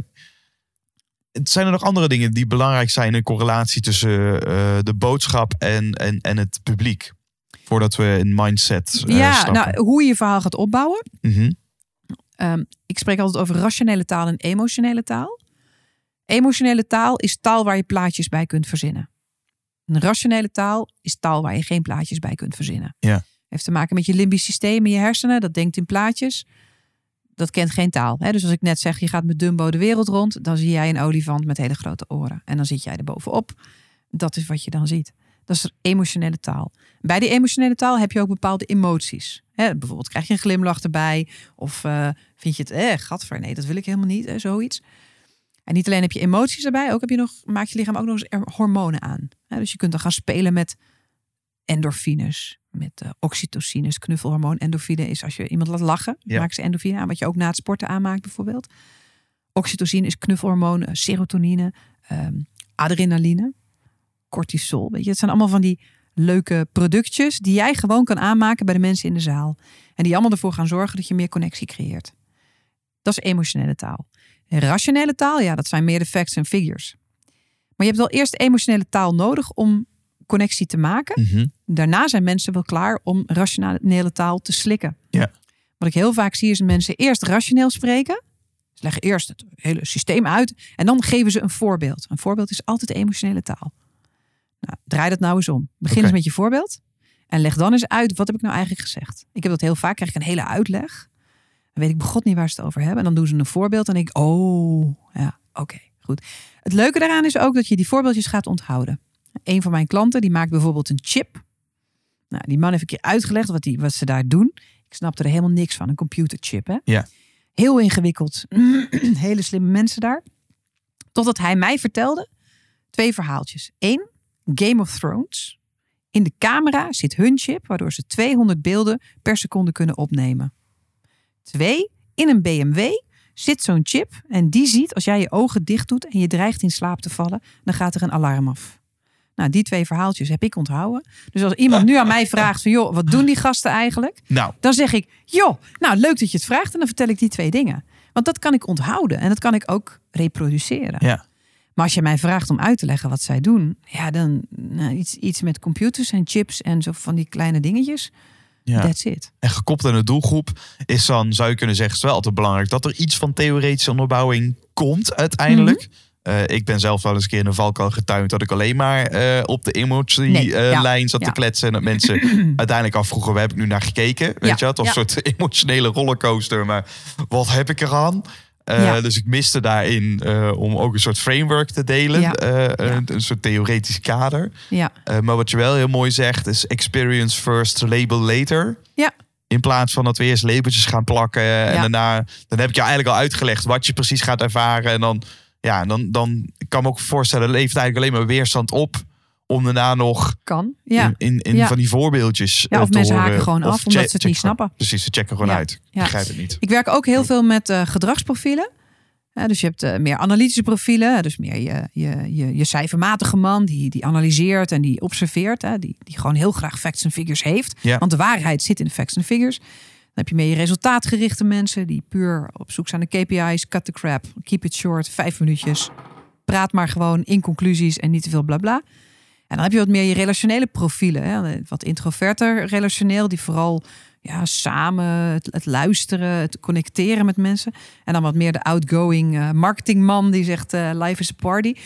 Zijn er nog andere dingen die belangrijk zijn in correlatie tussen de boodschap en het publiek? Voordat we in mindset stappen. Hoe je je verhaal gaat opbouwen. Mm-hmm. Ik spreek altijd over rationele taal en emotionele taal. Emotionele taal is taal waar je plaatjes bij kunt verzinnen. Een rationele taal is taal waar je geen plaatjes bij kunt verzinnen. Ja. Heeft te maken met je limbisch systeem in je hersenen. Dat denkt in plaatjes. Dat kent geen taal. Dus als ik net zeg, je gaat met Dumbo de wereld rond, dan zie jij een olifant met hele grote oren. En dan zit jij er bovenop. Dat is wat je dan ziet. Dat is emotionele taal. Bij die emotionele taal heb je ook bepaalde emoties. Bijvoorbeeld krijg je een glimlach erbij. Of vind je het, gadver, nee, dat wil ik helemaal niet. Zoiets. En niet alleen heb je emoties erbij, ook maakt je lichaam ook nog eens hormonen aan. Dus je kunt dan gaan spelen met endorfines, met oxytocines, knuffelhormoon. Endorfine is als je iemand laat lachen, maakt ze endorfine aan, wat je ook na het sporten aanmaakt bijvoorbeeld. Oxytocine is knuffelhormoon, serotonine, adrenaline, cortisol. Weet je, het zijn allemaal van die leuke productjes die jij gewoon kan aanmaken bij de mensen in de zaal. En die allemaal ervoor gaan zorgen dat je meer connectie creëert. Dat is emotionele taal. Rationele taal, dat zijn meer de facts en figures. Maar je hebt wel eerst emotionele taal nodig om connectie te maken. Mm-hmm. Daarna zijn mensen wel klaar om rationele taal te slikken. Ja. Wat ik heel vaak zie is mensen eerst rationeel spreken. Ze leggen eerst het hele systeem uit en dan geven ze een voorbeeld. Een voorbeeld is altijd emotionele taal. Nou, draai dat nou eens om. Begin eens met je voorbeeld en leg dan eens uit, wat heb ik nou eigenlijk gezegd? Ik heb dat heel vaak, krijg ik een hele uitleg. Dan weet ik begot niet waar ze het over hebben. En dan doen ze een voorbeeld en denk ik, goed. Het leuke daaraan is ook dat je die voorbeeldjes gaat onthouden. Een van mijn klanten, die maakt bijvoorbeeld een chip. Nou, die man heeft een keer uitgelegd wat ze daar doen. Ik snapte er helemaal niks van, een computerchip. Hè? Ja. Heel ingewikkeld. Hele slimme mensen daar. Totdat hij mij vertelde 2 verhaaltjes. 1, Game of Thrones. In de camera zit hun chip, waardoor ze 200 beelden per seconde kunnen opnemen. 2, in een BMW zit zo'n chip en die ziet als jij je ogen dicht doet en je dreigt in slaap te vallen, dan gaat er een alarm af. Nou, die 2 verhaaltjes heb ik onthouden. Dus als iemand nu aan mij vraagt van, joh, wat doen die gasten eigenlijk? Nou. Dan zeg ik, leuk dat je het vraagt en dan vertel ik die 2 dingen. Want dat kan ik onthouden en dat kan ik ook reproduceren. Ja. Maar als je mij vraagt om uit te leggen wat zij doen, dan iets met computers en chips en zo van die kleine dingetjes. Ja. That's it. En gekoppeld aan de doelgroep is dan, zou je kunnen zeggen, is wel altijd belangrijk dat er iets van theoretische onderbouwing komt uiteindelijk. Mm-hmm. Ik ben zelf wel eens een keer in een valkuil getuind dat ik alleen maar op de emotielijn zat te kletsen. En dat mensen uiteindelijk afvroegen, waar heb ik nu naar gekeken? Weet je, het was een soort emotionele rollercoaster. Maar wat heb ik eraan? Dus ik miste daarin om ook een soort framework te delen. Een soort theoretisch kader. Ja. Maar wat je wel heel mooi zegt is experience first, label later. Ja. In plaats van dat we eerst labeltjes gaan plakken. En daarna, dan heb ik je eigenlijk al uitgelegd wat je precies gaat ervaren. En dan kan ik me ook voorstellen, levert eigenlijk alleen maar weerstand op. Om daarna nog in van die voorbeeldjes of te mensen horen. haken gewoon af omdat ze het niet snappen. Precies, ze checken gewoon uit. Ik begrijp het niet. Ik werk ook heel veel met gedragsprofielen. Dus je hebt meer analytische profielen. Dus meer je cijfermatige man die analyseert en die observeert. Die gewoon heel graag facts en figures heeft. Ja. Want de waarheid zit in de facts en figures. Dan heb je meer je resultaatgerichte mensen die puur op zoek zijn naar KPI's. Cut the crap, keep it short, 5 minuutjes. Praat maar gewoon in conclusies en niet te veel blabla. En dan heb je wat meer je relationele profielen. Wat introverter relationeel, die vooral samen het luisteren, het connecteren met mensen. En dan wat meer de outgoing marketingman die zegt life is a party.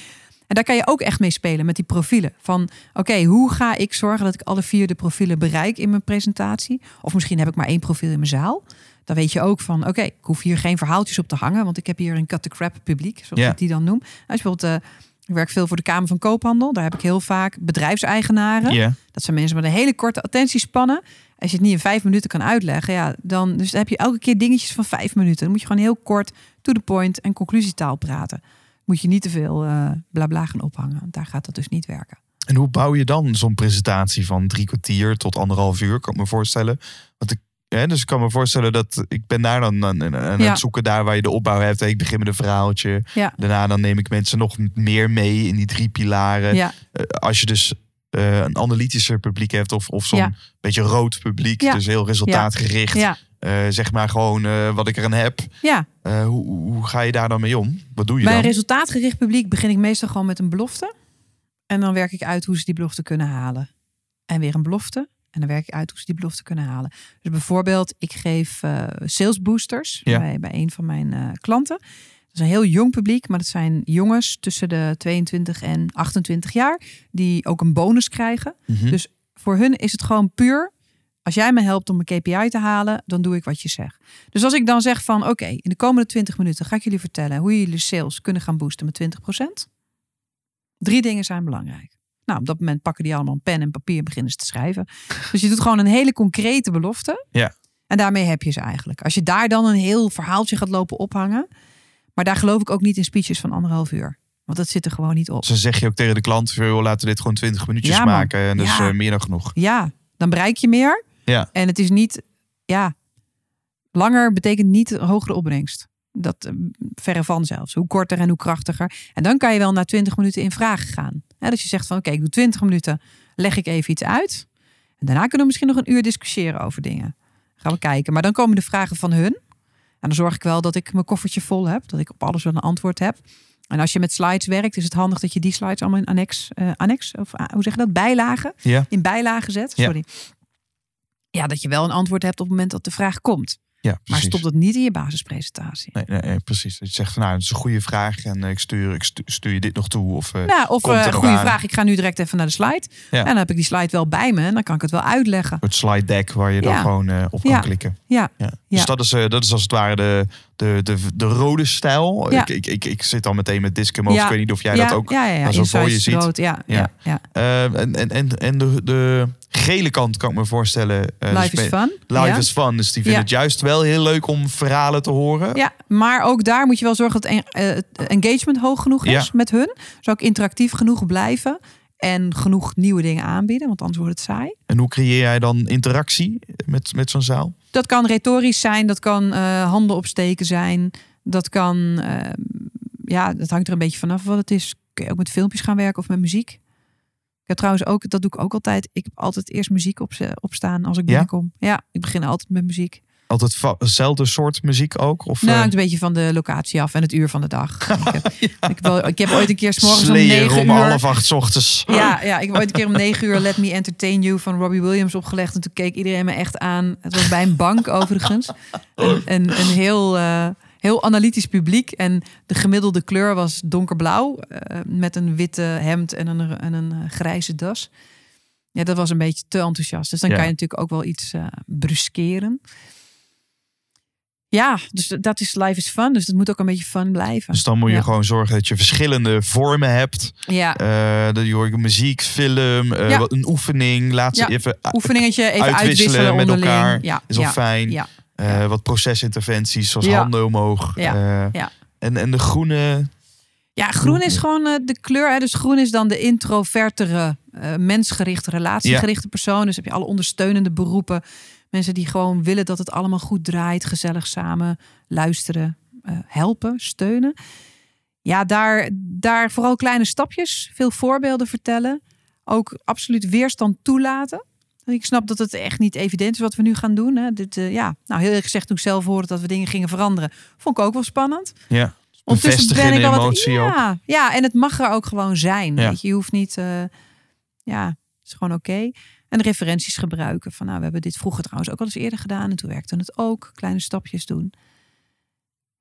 En daar kan je ook echt mee spelen met die profielen. Van oké, hoe ga ik zorgen dat ik alle 4 de profielen bereik in mijn presentatie? Of misschien heb ik maar 1 profiel in mijn zaal. Dan weet je ook van oké, ik hoef hier geen verhaaltjes op te hangen. Want ik heb hier een cut the crap publiek, zoals ik die dan noem. Als je bijvoorbeeld, ik werk veel voor de Kamer van Koophandel. Daar heb ik heel vaak bedrijfseigenaren. Ja. Dat zijn mensen met een hele korte attentiespannen. Als je het niet in 5 minuten kan uitleggen, dan heb je elke keer dingetjes van 5 minuten. Dan moet je gewoon heel kort, to the point en conclusietaal praten. Moet je niet te veel blabla gaan ophangen. Want daar gaat dat dus niet werken. En hoe bouw je dan zo'n presentatie van 3 kwartier tot 1,5 uur? Kan ik me voorstellen. Dus ik kan me voorstellen dat ik ben daar dan aan het zoeken daar waar je de opbouw hebt. Ik begin met een verhaaltje. Ja. Daarna dan neem ik mensen nog meer mee in die 3 pilaren. Ja. Als je dus een analytischer publiek hebt of zo'n beetje rood publiek. Ja. Dus heel resultaatgericht. Ja. Zeg maar gewoon wat ik er aan heb. Ja. Hoe ga je daar dan mee om? Wat doe je Bij dan? Een resultaatgericht publiek begin ik meestal gewoon met een belofte. En dan werk ik uit hoe ze die belofte kunnen halen. En weer een belofte. En dan werk ik uit hoe ze die belofte kunnen halen. Dus bijvoorbeeld, ik geef sales boosters bij een van mijn klanten. Dat is een heel jong publiek, maar dat zijn jongens tussen de 22 en 28 jaar. Die ook een bonus krijgen. Mm-hmm. Dus voor hun is het gewoon puur. Als jij me helpt om een KPI te halen, dan doe ik wat je zegt. Dus als ik dan zeg van oké, in de komende 20 minuten ga ik jullie vertellen hoe jullie sales kunnen gaan boosten met 20%. 3 dingen zijn belangrijk. Nou, op dat moment pakken die allemaal een pen en papier en beginnen ze te schrijven. Dus je doet gewoon een hele concrete belofte. Ja. En daarmee heb je ze eigenlijk. Als je daar dan een heel verhaaltje gaat lopen ophangen. Maar daar geloof ik ook niet in speeches van 1,5 uur. Want dat zit er gewoon niet op. Dus dan zeg je ook tegen de klant, laten we dit gewoon 20 minuutjes maken. En dat is meer dan genoeg. Ja, dan bereik je meer. Ja. En het is niet, langer betekent niet hogere opbrengst. Dat verre van zelfs. Hoe korter en hoe krachtiger. En dan kan je wel na 20 minuten in vragen gaan. Dat je zegt van oké, ik doe 20 minuten. Leg ik even iets uit. En daarna kunnen we misschien nog een uur discussiëren over dingen. Gaan we kijken. Maar dan komen de vragen van hun. En dan zorg ik wel dat ik mijn koffertje vol heb. Dat ik op alles wel een antwoord heb. En als je met slides werkt, is het handig dat je die slides allemaal in annex of hoe zeg je dat? Bijlagen. Ja. In bijlagen zet. Sorry. Ja, dat je wel een antwoord hebt op het moment dat de vraag komt. Ja, maar stop dat niet in je basispresentatie. Nee, precies. Je zegt van dat is een goede vraag en ik stuur je dit nog toe. Of een goede vraag. Ik ga nu direct even naar de slide. Ja. En dan heb ik die slide wel bij me en dan kan ik het wel uitleggen. Het slide deck waar je dan gewoon op kan klikken. Ja. Dus dat is als het ware de rode stijl. Ja. Ik zit al meteen met Discum. Ik weet niet of jij dat ook zo voor je ziet. Rood. Ja. En de gele kant kan ik me voorstellen. Live is fun. Live is fun. Dus die vinden het juist wel heel leuk om verhalen te horen. Ja, maar ook daar moet je wel zorgen dat het engagement hoog genoeg is met hun. Dus ook interactief genoeg blijven. En genoeg nieuwe dingen aanbieden, want anders wordt het saai. En hoe creëer jij dan interactie met zo'n zaal? Dat kan retorisch zijn, dat kan handen opsteken zijn. Dat kan, dat hangt er een beetje vanaf wat het is. Kun je ook met filmpjes gaan werken of met muziek? Ik heb trouwens ook, dat doe ik ook altijd. Ik heb altijd eerst muziek opstaan als ik binnenkom. Ja, ik begin altijd met muziek. Altijd hetzelfde soort muziek ook? Of, nou, een beetje van de locatie af en het uur van de dag. Ik heb ooit een keer 's morgens om 9 uur... 7:30 ochtends. Ja, ik heb ooit een keer om 9 uur Let Me Entertain You van Robbie Williams opgelegd. En toen keek iedereen me echt aan. Het was bij een bank overigens. Een heel analytisch publiek. En de gemiddelde kleur was donkerblauw. Met een witte hemd en een grijze das. Ja, dat was een beetje te enthousiast. Dus dan kan je natuurlijk ook wel iets bruskeren. Ja, dus dat is life is fun. Dus dat moet ook een beetje fun blijven. Dus dan moet je gewoon zorgen dat je verschillende vormen hebt. Ja. Dat je muziek, film, een oefening. Laat ze even oefeningetje even uitwisselen met onderling. elkaar. Ja. Is al fijn. Ja. Wat procesinterventies, zoals handen omhoog. En de groene... Ja, groen is gewoon de kleur. Hè? Dus groen is dan de introvertere, mensgerichte, relatiegerichte persoon. Dus heb je alle ondersteunende beroepen. Mensen die gewoon willen dat het allemaal goed draait. Gezellig samen luisteren, helpen, steunen. Ja, daar vooral kleine stapjes. Veel voorbeelden vertellen. Ook absoluut weerstand toelaten. Ik snap dat het echt niet evident is wat we nu gaan doen. Hè. Nou, heel eerlijk gezegd, toen ik zelf hoorde dat we dingen gingen veranderen, vond ik ook wel spannend. Ja. Ondertussen ben ik al wat, ja, en het mag er ook gewoon zijn. Ja. Weet je hoeft niet, het is gewoon oké. En referenties gebruiken. Van, we hebben dit vroeger trouwens ook al eens eerder gedaan. En toen werkte het ook. Kleine stapjes doen.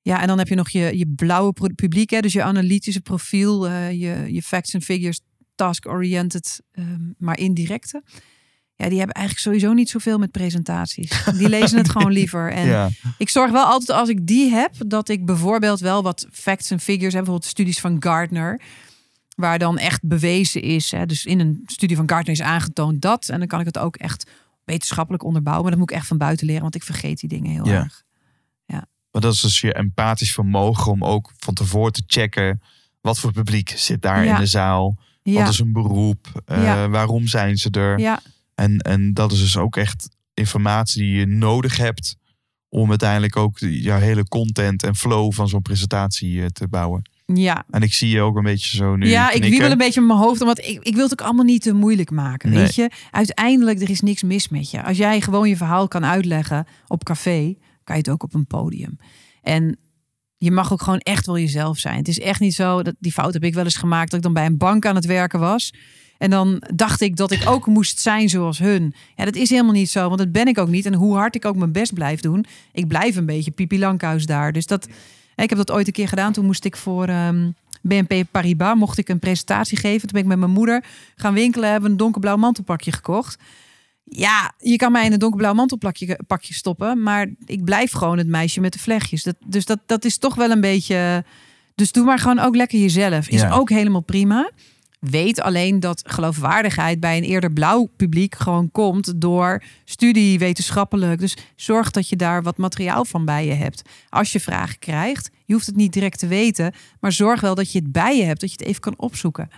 Ja, en dan heb je nog je blauwe publiek. Hè? Dus je analytische profiel. Je facts and figures, task-oriented, maar indirecte. Ja, die hebben eigenlijk sowieso niet zoveel met presentaties. Die lezen het gewoon liever. En ik zorg wel altijd als ik die heb, dat ik bijvoorbeeld wel wat facts and figures heb. Bijvoorbeeld studies van Gartner, waar dan echt bewezen is. Hè? Dus in een studie van Gartner is aangetoond dat. En dan kan ik het ook echt wetenschappelijk onderbouwen. Maar dat moet ik echt van buiten leren, want ik vergeet die dingen heel erg. Maar dat is dus je empathisch vermogen om ook van tevoren te checken. Wat voor publiek zit daar in de zaal? Wat is hun beroep? Waarom zijn ze er? Ja. En dat is dus ook echt informatie die je nodig hebt om uiteindelijk ook jouw hele content en flow van zo'n presentatie te bouwen. Ja. En ik zie je ook een beetje zo nu Ja, knikken. Ik wiebel een beetje met mijn hoofd, omdat ik wil het ook allemaal niet te moeilijk maken. Nee. Weet je, uiteindelijk er is niks mis met je. Als jij gewoon je verhaal kan uitleggen op café, kan je het ook op een podium. En je mag ook gewoon echt wel jezelf zijn. Het is echt niet zo, dat die fout heb ik wel eens gemaakt, dat ik dan bij een bank aan het werken was. En dan dacht ik dat ik ook moest zijn zoals hun. Ja, dat is helemaal niet zo, want dat ben ik ook niet. En hoe hard ik ook mijn best blijf doen, ik blijf een beetje Pipi Langkous daar. Dus dat, ik heb dat ooit een keer gedaan. Toen moest ik voor BNP Paribas mocht ik een presentatie geven. Toen ben ik met mijn moeder gaan winkelen, hebben een donkerblauw mantelpakje gekocht. Ja, je kan mij in een donkerblauw mantelpakje stoppen, maar ik blijf gewoon het meisje met de vlechtjes. Dat is toch wel een beetje. Dus doe maar gewoon ook lekker jezelf. Is ook helemaal prima. Weet alleen dat geloofwaardigheid bij een eerder blauw publiek gewoon komt door studie, wetenschappelijk. Dus zorg dat je daar wat materiaal van bij je hebt. Als je vragen krijgt, je hoeft het niet direct te weten, maar zorg wel dat je het bij je hebt, dat je het even kan opzoeken.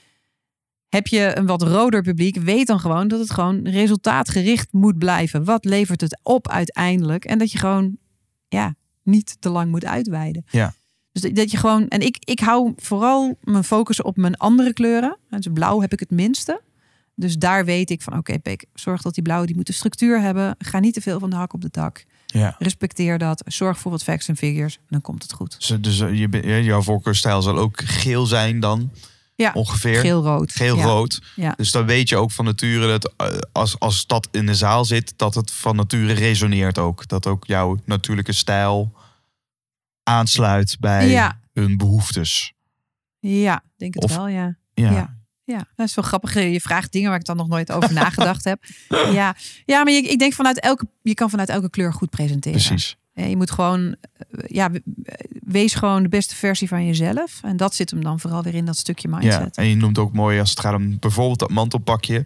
Heb je een wat roder publiek, weet dan gewoon dat het gewoon resultaatgericht moet blijven. Wat levert het op uiteindelijk? En dat je gewoon niet te lang moet uitweiden. Ja. Dus dat je gewoon. En ik hou vooral mijn focus op mijn andere kleuren. Dus blauw heb ik het minste. Dus daar weet ik van oké, Pik, zorg dat die blauw, die moet een structuur hebben. Ga niet te veel van de hak op de tak. Ja. Respecteer dat. Zorg voor wat facts en figures. Dan komt het goed. Dus jouw voorkeurstijl zal ook geel zijn dan? Ja, ongeveer. Geel-rood. Geel-rood. Ja. Dus dan weet je ook van nature dat als dat in de zaal zit, dat het van nature resoneert ook. Dat ook jouw natuurlijke stijl aansluit bij hun behoeftes. Ja, denk het wel, ja. Ja, dat is wel grappig. Je vraagt dingen waar ik dan nog nooit over nagedacht heb. Ja, maar ik denk je kan vanuit elke kleur goed presenteren. Precies. Je moet gewoon, wees gewoon de beste versie van jezelf. En dat zit hem dan vooral weer in dat stukje mindset. Ja, en je noemt ook mooi als het gaat om bijvoorbeeld dat mantelpakje.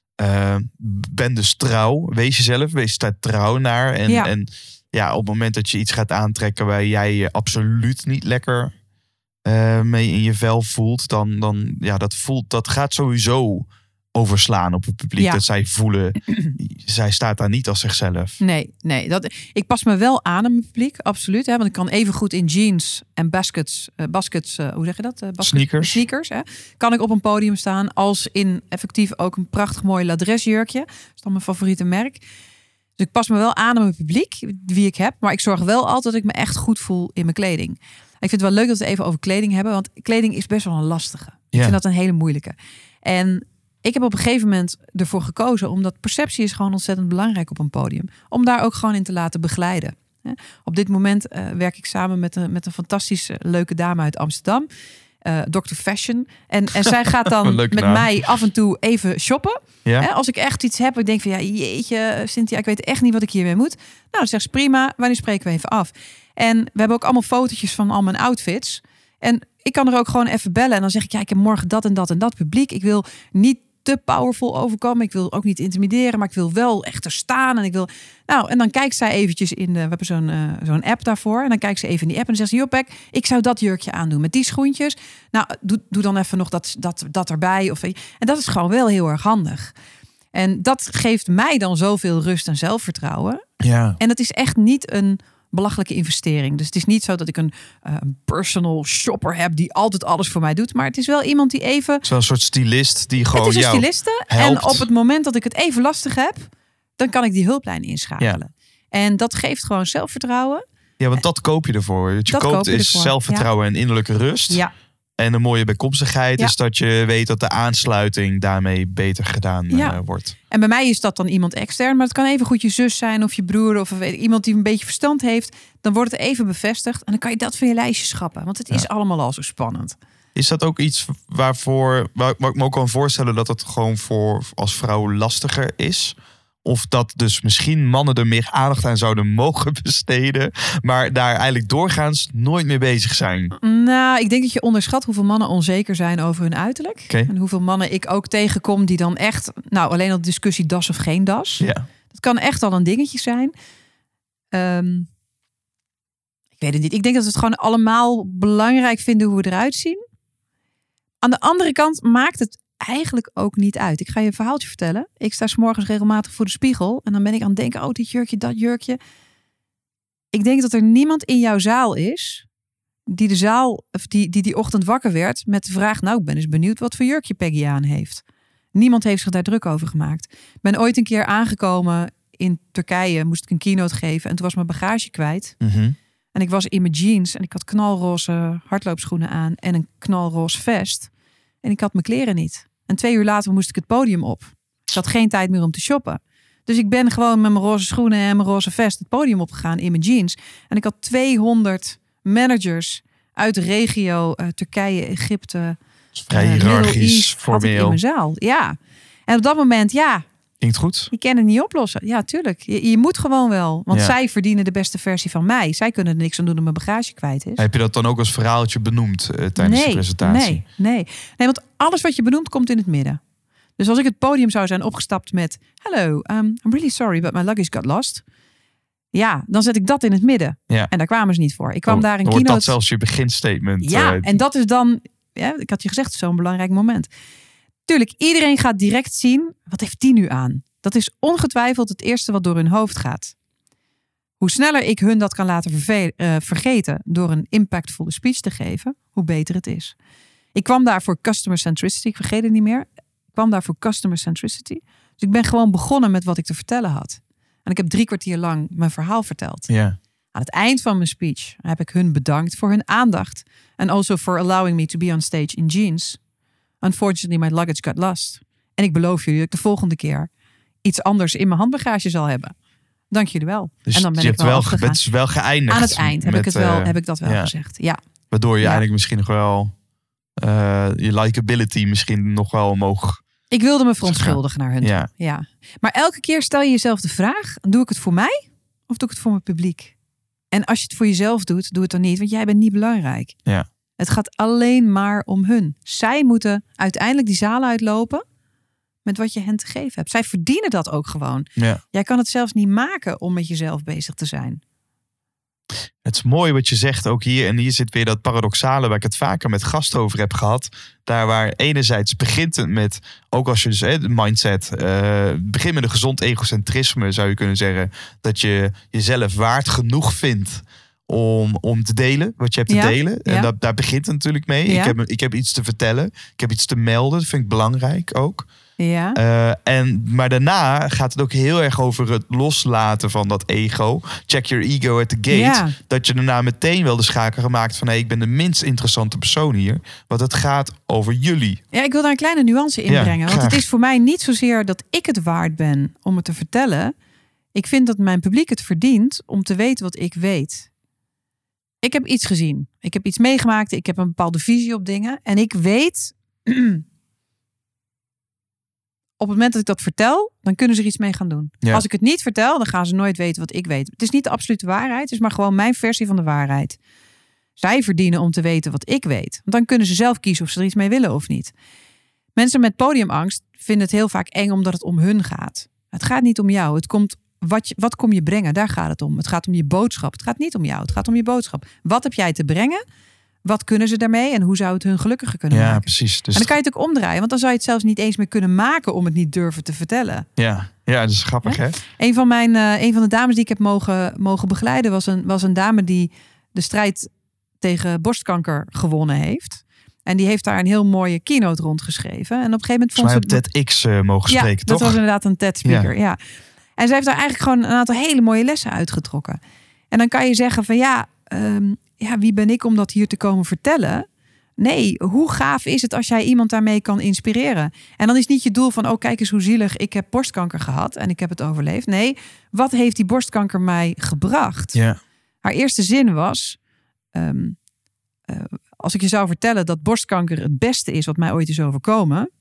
Ben dus trouw. Wees jezelf. Wees daar trouw naar. En op het moment dat je iets gaat aantrekken waar jij je absoluut niet lekker mee in je vel voelt, dan dat gaat sowieso overslaan op het publiek. Ja. Dat zij voelen, zij staat daar niet als zichzelf. Nee. Ik pas me wel aan mijn publiek, absoluut. Hè, want ik kan even goed in jeans en baskets, hoe zeg je dat? Sneakers. Hè, kan ik op een podium staan als in effectief ook een prachtig mooi ladresjurkje. Dat is dan mijn favoriete merk. Dus ik pas me wel aan mijn publiek, wie ik heb. Maar ik zorg wel altijd dat ik me echt goed voel in mijn kleding. Ik vind het wel leuk dat we het even over kleding hebben. Want kleding is best wel een lastige. Ik vind dat een hele moeilijke. En ik heb op een gegeven moment ervoor gekozen, omdat perceptie is gewoon ontzettend belangrijk op een podium. Om daar ook gewoon in te laten begeleiden. Op dit moment werk ik samen met een fantastisch leuke dame uit Amsterdam. Dr. Fashion. En zij gaat dan met mij af en toe even shoppen. Ja? Als ik echt iets heb, ik denk van jeetje, Cynthia, ik weet echt niet wat ik hiermee moet. Nou, dan zegt ze prima, wanneer spreken we even af? En we hebben ook allemaal fotootjes van al mijn outfits. En ik kan er ook gewoon even bellen. En dan zeg ik, ik heb morgen dat en dat en dat publiek. Ik wil niet te powerful overkomen. Ik wil ook niet intimideren, maar ik wil wel echt er staan. En ik wil. Nou, en dan kijkt zij eventjes in we hebben zo'n app daarvoor. En dan kijkt ze even in die app en dan zegt ze, Pek, ik zou dat jurkje aandoen met die schoentjes. Nou, doe dan even nog dat erbij. En dat is gewoon wel heel erg handig. En dat geeft mij dan zoveel rust en zelfvertrouwen. Ja. En het is echt niet een belachelijke investering. Dus het is niet zo dat ik een personal shopper heb die altijd alles voor mij doet. Maar het is wel iemand die even. Het is wel een soort stylist die gewoon. Het is een jou styliste. helpt. En op het moment dat ik het even lastig heb, dan kan ik die hulplijn inschakelen. Ja. En dat geeft gewoon zelfvertrouwen. Ja, want dat koop je ervoor. Wat je koopt is zelfvertrouwen en innerlijke rust. Ja. En een mooie bijkomstigheid is dat je weet dat de aansluiting daarmee beter gedaan wordt. En bij mij is dat dan iemand extern. Maar het kan even goed je zus zijn of je broer of iemand die een beetje verstand heeft. Dan wordt het even bevestigd. En dan kan je dat van je lijstje schrappen. Want het is allemaal al zo spannend. Is dat ook iets waar ik me ook kan voorstellen dat het gewoon voor als vrouw lastiger is? Of dat dus misschien mannen er meer aandacht aan zouden mogen besteden, maar daar eigenlijk doorgaans nooit mee bezig zijn? Nou, ik denk dat je onderschat hoeveel mannen onzeker zijn over hun uiterlijk. Okay. En hoeveel mannen ik ook tegenkom die dan echt, alleen al de discussie das of geen das. Ja. Dat kan echt al een dingetje zijn. Ik weet het niet. Ik denk dat we het gewoon allemaal belangrijk vinden hoe we eruit zien. Aan de andere kant maakt het eigenlijk ook niet uit. Ik ga je een verhaaltje vertellen. Ik sta 's morgens regelmatig voor de spiegel. En dan ben ik aan het denken, oh, dit jurkje, dat jurkje. Ik denk dat er niemand in jouw zaal is die de zaal, of die ochtend wakker werd met de vraag, ik ben eens benieuwd wat voor jurkje Peggy aan heeft. Niemand heeft zich daar druk over gemaakt. Ik ben ooit een keer aangekomen in Turkije, moest ik een keynote geven en toen was mijn bagage kwijt. Mm-hmm. En ik was in mijn jeans en ik had knalroze hardloopschoenen aan en een knalroze vest. En ik had mijn kleren niet. En 2 uur later moest ik het podium op. Ik had geen tijd meer om te shoppen. Dus ik ben gewoon met mijn roze schoenen en mijn roze vest het podium opgegaan in mijn jeans. En ik had 200 managers uit de regio, Turkije, Egypte, vrij hiërarchisch, formeel. In mijn zaal. Ja. En op dat moment, Klinkt goed. je kan het niet oplossen. Ja, tuurlijk. Je moet gewoon wel. Want zij verdienen de beste versie van mij. Zij kunnen er niks aan doen dat mijn bagage kwijt is. Heb je dat dan ook als verhaaltje benoemd tijdens de presentatie? Nee, want alles wat je benoemt komt in het midden. Dus als ik het podium zou zijn opgestapt met Hello, I'm really sorry, but my luggage got lost. Ja, dan zet ik dat in het midden. Ja. En daar kwamen ze niet voor. Ik kwam daar een wordt keynote. dat zelfs je beginstatement. Ja, en dat is dan, ik had je gezegd, zo'n belangrijk moment. Tuurlijk, iedereen gaat direct zien, wat heeft die nu aan? Dat is ongetwijfeld het eerste wat door hun hoofd gaat. Hoe sneller ik hun dat kan laten vergeten door een impactvolle speech te geven, hoe beter het is. Ik kwam daar voor customer centricity, ik vergeet het niet meer. Ik kwam daar voor customer centricity. Dus ik ben gewoon begonnen met wat ik te vertellen had. En ik heb 3 kwartier lang mijn verhaal verteld. Ja. Aan het eind van mijn speech heb ik hun bedankt voor hun aandacht. And also for allowing me to be on stage in jeans. Unfortunately, my luggage got lost. En ik beloof jullie dat ik de volgende keer iets anders in mijn handbagage zal hebben. Dank jullie wel. Dus en dan ben je ik bent wel geëindigd. Aan het eind heb ik dat wel gezegd. Ja. Waardoor je eigenlijk misschien nog wel je likability misschien nog wel omhoog. Ik wilde me verontschuldigen naar hun. Ja. Maar elke keer stel je jezelf de vraag, doe ik het voor mij of doe ik het voor mijn publiek? En als je het voor jezelf doet, doe het dan niet, want jij bent niet belangrijk. Ja. Het gaat alleen maar om hun. Zij moeten uiteindelijk die zaal uitlopen met wat je hen te geven hebt. Zij verdienen dat ook gewoon. Ja. Jij kan het zelfs niet maken om met jezelf bezig te zijn. Het is mooi wat je zegt ook hier. En hier zit weer dat paradoxale waar ik het vaker met gasten over heb gehad. Daar waar enerzijds begint het met, ook als je dus de mindset, begint met een gezond egocentrisme zou je kunnen zeggen. Dat je jezelf waard genoeg vindt om te delen wat je hebt te delen. En daar begint het natuurlijk mee. Ja. Ik heb iets te vertellen. Ik heb iets te melden. Dat vind ik belangrijk ook. Ja. Maar daarna gaat het ook heel erg over het loslaten van dat ego. Check your ego at the gate. Ja. Dat je daarna meteen wel de schakel maakt van ik ben de minst interessante persoon hier. Want het gaat over jullie. Ja, ik wil daar een kleine nuance in brengen. Want het is voor mij niet zozeer dat ik het waard ben om het te vertellen. Ik vind dat mijn publiek het verdient om te weten wat ik weet. Ik heb iets gezien. Ik heb iets meegemaakt. Ik heb een bepaalde visie op dingen. En ik weet, op het moment dat ik dat vertel, dan kunnen ze er iets mee gaan doen. Ja. Als ik het niet vertel, dan gaan ze nooit weten wat ik weet. Het is niet de absolute waarheid. Het is maar gewoon mijn versie van de waarheid. Zij verdienen om te weten wat ik weet. Want dan kunnen ze zelf kiezen of ze er iets mee willen of niet. Mensen met podiumangst vinden het heel vaak eng omdat het om hun gaat. Het gaat niet om jou. Het komt wat kom je brengen? Daar gaat het om. Het gaat om je boodschap. Het gaat niet om jou. Het gaat om je boodschap. Wat heb jij te brengen? Wat kunnen ze daarmee? En hoe zou het hun gelukkiger kunnen maken? Ja, precies. Dus en dan kan je het ook omdraaien. Want dan zou je het zelfs niet eens meer kunnen maken om het niet durven te vertellen. Ja, dat is grappig, hè? Een van de dames die ik heb mogen begeleiden was een dame die de strijd tegen borstkanker gewonnen heeft. En die heeft daar een heel mooie keynote rondgeschreven. En op een gegeven moment vond ze op TEDx mogen spreken, toch? Dat was inderdaad een TED-speaker, ja. En zij heeft daar eigenlijk gewoon een aantal hele mooie lessen uitgetrokken. En dan kan je zeggen van wie ben ik om dat hier te komen vertellen? Nee, hoe gaaf is het als jij iemand daarmee kan inspireren? En dan is niet je doel van, kijk eens hoe zielig, ik heb borstkanker gehad en ik heb het overleefd. Nee, wat heeft die borstkanker mij gebracht? Ja. Haar eerste zin was, als ik je zou vertellen dat borstkanker het beste is wat mij ooit is overkomen,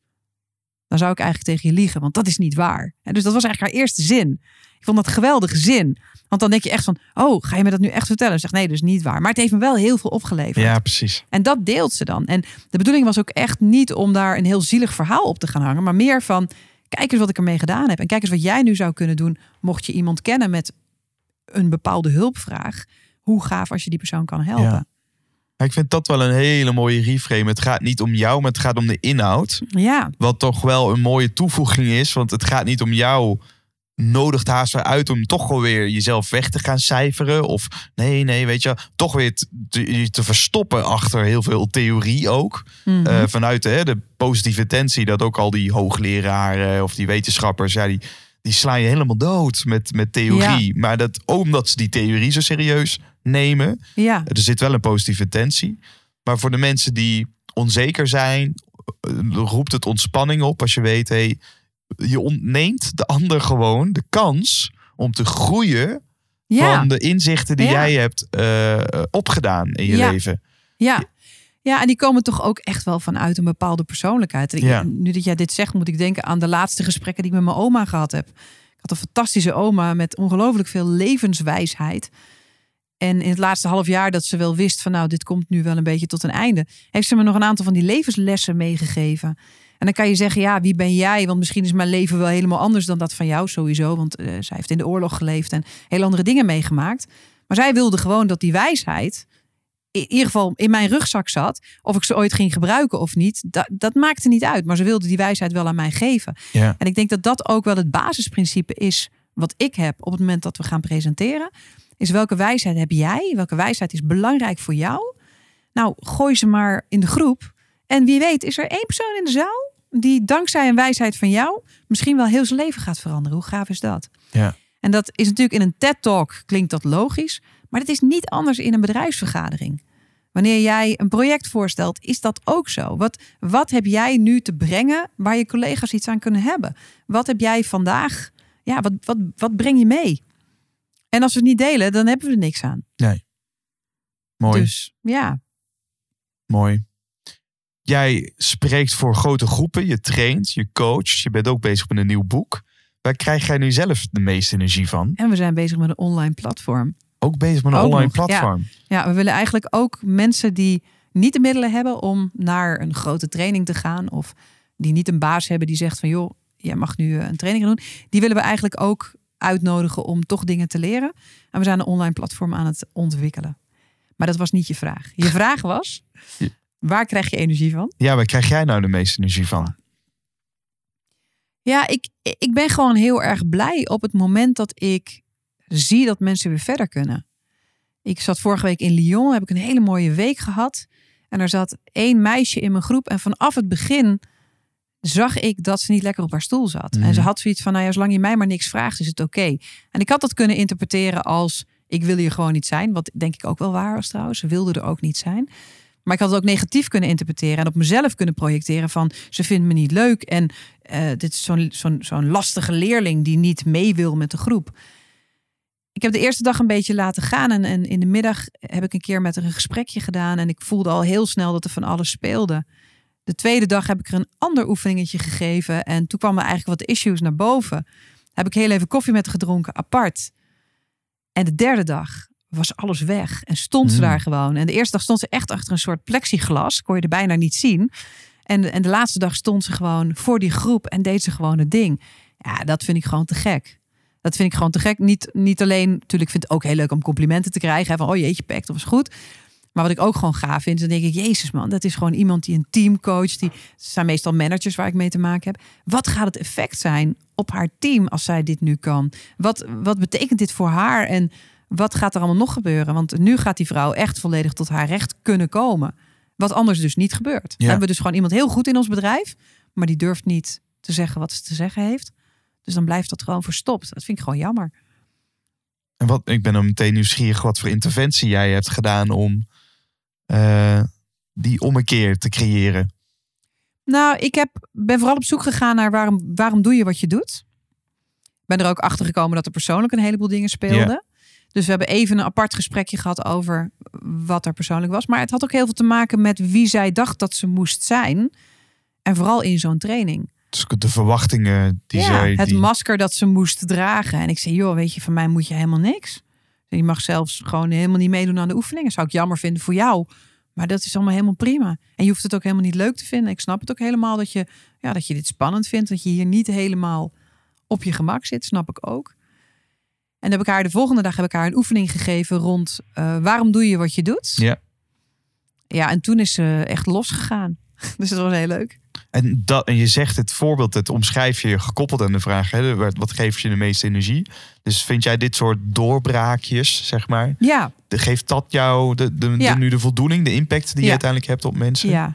dan zou ik eigenlijk tegen je liegen, want dat is niet waar. En dus dat was eigenlijk haar eerste zin. Ik vond dat een geweldige zin. Want dan denk je echt van, ga je me dat nu echt vertellen? En zegt nee, dat is niet waar. Maar het heeft me wel heel veel opgeleverd. Ja, precies. En dat deelt ze dan. En de bedoeling was ook echt niet om daar een heel zielig verhaal op te gaan hangen, maar meer van, kijk eens wat ik ermee gedaan heb. En kijk eens wat jij nu zou kunnen doen, mocht je iemand kennen met een bepaalde hulpvraag. Hoe gaaf als je die persoon kan helpen. Ja. Ik vind dat wel een hele mooie reframe. Het gaat niet om jou, maar het gaat om de inhoud. Ja. Wat toch wel een mooie toevoeging is. Want het gaat niet om jou. Nodigt haast weer uit om toch wel weer jezelf weg te gaan cijferen. Of nee, weet je, toch weer te verstoppen achter heel veel theorie ook. Mm-hmm. Vanuit de positieve intentie dat ook al die hoogleraren of die wetenschappers, die slaan je helemaal dood met theorie. Ja. Maar dat ook omdat ze die theorie zo serieus nemen. Ja. Er zit wel een positieve intentie. Maar voor de mensen die onzeker zijn, roept het ontspanning op als je weet, je ontneemt de ander gewoon de kans om te groeien van de inzichten die jij hebt opgedaan in je leven. Ja, en die komen toch ook echt wel vanuit een bepaalde persoonlijkheid. Nu dat jij dit zegt, moet ik denken aan de laatste gesprekken die ik met mijn oma gehad heb. Ik had een fantastische oma met ongelooflijk veel levenswijsheid. En in het laatste half jaar dat ze wel wist van, dit komt nu wel een beetje tot een einde, heeft ze me nog een aantal van die levenslessen meegegeven. En dan kan je zeggen, wie ben jij? Want misschien is mijn leven wel helemaal anders dan dat van jou sowieso. Want zij heeft in de oorlog geleefd en heel andere dingen meegemaakt. Maar zij wilde gewoon dat die wijsheid in ieder geval in mijn rugzak zat. Of ik ze ooit ging gebruiken of niet, dat maakte niet uit. Maar ze wilde die wijsheid wel aan mij geven. Ja. En ik denk dat dat ook wel het basisprincipe is wat ik heb op het moment dat we gaan presenteren. Is welke wijsheid heb jij? Welke wijsheid is belangrijk voor jou? Nou, gooi ze maar in de groep. En wie weet is er één persoon in de zaal die dankzij een wijsheid van jou misschien wel heel zijn leven gaat veranderen. Hoe gaaf is dat? Ja. En dat is natuurlijk in een TED-talk klinkt dat logisch. Maar het is niet anders in een bedrijfsvergadering. Wanneer jij een project voorstelt, is dat ook zo. Wat heb jij nu te brengen waar je collega's iets aan kunnen hebben? Wat heb jij vandaag? Ja, wat breng je mee? En als we het niet delen, dan hebben we er niks aan. Nee. Mooi. Dus ja. Mooi. Jij spreekt voor grote groepen, je traint, je coacht. Je bent ook bezig met een nieuw boek. Waar krijg jij nu zelf de meeste energie van? En we zijn bezig met een online platform. Ook bezig met een online platform? Ja, we willen eigenlijk ook mensen die niet de middelen hebben om naar een grote training te gaan. Of die niet een baas hebben die zegt van, joh, jij mag nu een training gaan doen. Die willen we eigenlijk ook uitnodigen om toch dingen te leren. En we zijn een online platform aan het ontwikkelen. Maar dat was niet je vraag. Je vraag was, waar krijg je energie van? Ja, waar krijg jij nou de meeste energie van? Ja, ik ben gewoon heel erg blij op het moment dat ik zie dat mensen weer verder kunnen. Ik zat vorige week in Lyon, heb ik een hele mooie week gehad. En er zat 1 meisje in mijn groep. En vanaf het begin zag ik dat ze niet lekker op haar stoel zat. En ze had zoiets van, zolang je mij maar niks vraagt, is het oké. En ik had dat kunnen interpreteren als, ik wil hier gewoon niet zijn. Wat denk ik ook wel waar was trouwens. Ze wilde er ook niet zijn. Maar ik had het ook negatief kunnen interpreteren en op mezelf kunnen projecteren van, ze vindt me niet leuk. En dit is zo'n lastige leerling die niet mee wil met de groep. Ik heb de eerste dag een beetje laten gaan. En in de middag heb ik een keer met haar een gesprekje gedaan. En ik voelde al heel snel dat er van alles speelde. De tweede dag heb ik er een ander oefeningetje gegeven. En toen kwamen eigenlijk wat issues naar boven. Heb ik heel even koffie met haar gedronken, apart. En de derde dag was alles weg. En stond ze daar gewoon. En de eerste dag stond ze echt achter een soort plexiglas. Kon je er bijna niet zien. En de laatste dag stond ze gewoon voor die groep. En deed ze gewoon het ding. Ja, dat vind ik gewoon te gek. Dat vind ik gewoon te gek. Niet alleen, natuurlijk vind ik het ook heel leuk om complimenten te krijgen. Hè, van, oh jeetje, pek, dat was goed. Maar wat ik ook gewoon gaaf vind, dan denk ik, jezus man, dat is gewoon iemand die een team coacht. Het zijn meestal managers waar ik mee te maken heb. Wat gaat het effect zijn op haar team als zij dit nu kan? Wat betekent dit voor haar? En wat gaat er allemaal nog gebeuren? Want nu gaat die vrouw echt volledig tot haar recht kunnen komen. Wat anders dus niet gebeurt. Dan hebben we dus gewoon iemand heel goed in ons bedrijf, maar die durft niet te zeggen wat ze te zeggen heeft. Dus dan blijft dat gewoon verstopt. Dat vind ik gewoon jammer. En ik ben dan meteen nieuwsgierig wat voor interventie jij hebt gedaan om die ommekeer te creëren? Nou, ik ben vooral op zoek gegaan naar waarom doe je wat je doet. Ik ben er ook achter gekomen dat er persoonlijk een heleboel dingen speelden. Ja. Dus we hebben even een apart gesprekje gehad over wat er persoonlijk was. Maar het had ook heel veel te maken met wie zij dacht dat ze moest zijn. En vooral in zo'n training. Dus de verwachtingen die zij... Het masker dat ze moest dragen. En ik zei, joh, weet je, van mij moet je helemaal niks. Je mag zelfs gewoon helemaal niet meedoen aan de oefeningen. Zou ik jammer vinden voor jou. Maar dat is allemaal helemaal prima. En je hoeft het ook helemaal niet leuk te vinden. Ik snap het ook helemaal dat je dit spannend vindt. Dat je hier niet helemaal op je gemak zit. Snap ik ook. En heb ik haar de volgende dag een oefening gegeven rond waarom doe je wat je doet. Ja. Ja, en toen is ze echt losgegaan. Dus dat was heel leuk. En je zegt het voorbeeld, het omschrijf je gekoppeld aan de vraag, hè, wat geeft je de meeste energie? Dus vind jij dit soort doorbraakjes, zeg maar? Ja. Geeft dat jou nu de voldoening, de impact die je uiteindelijk hebt op mensen? Ja.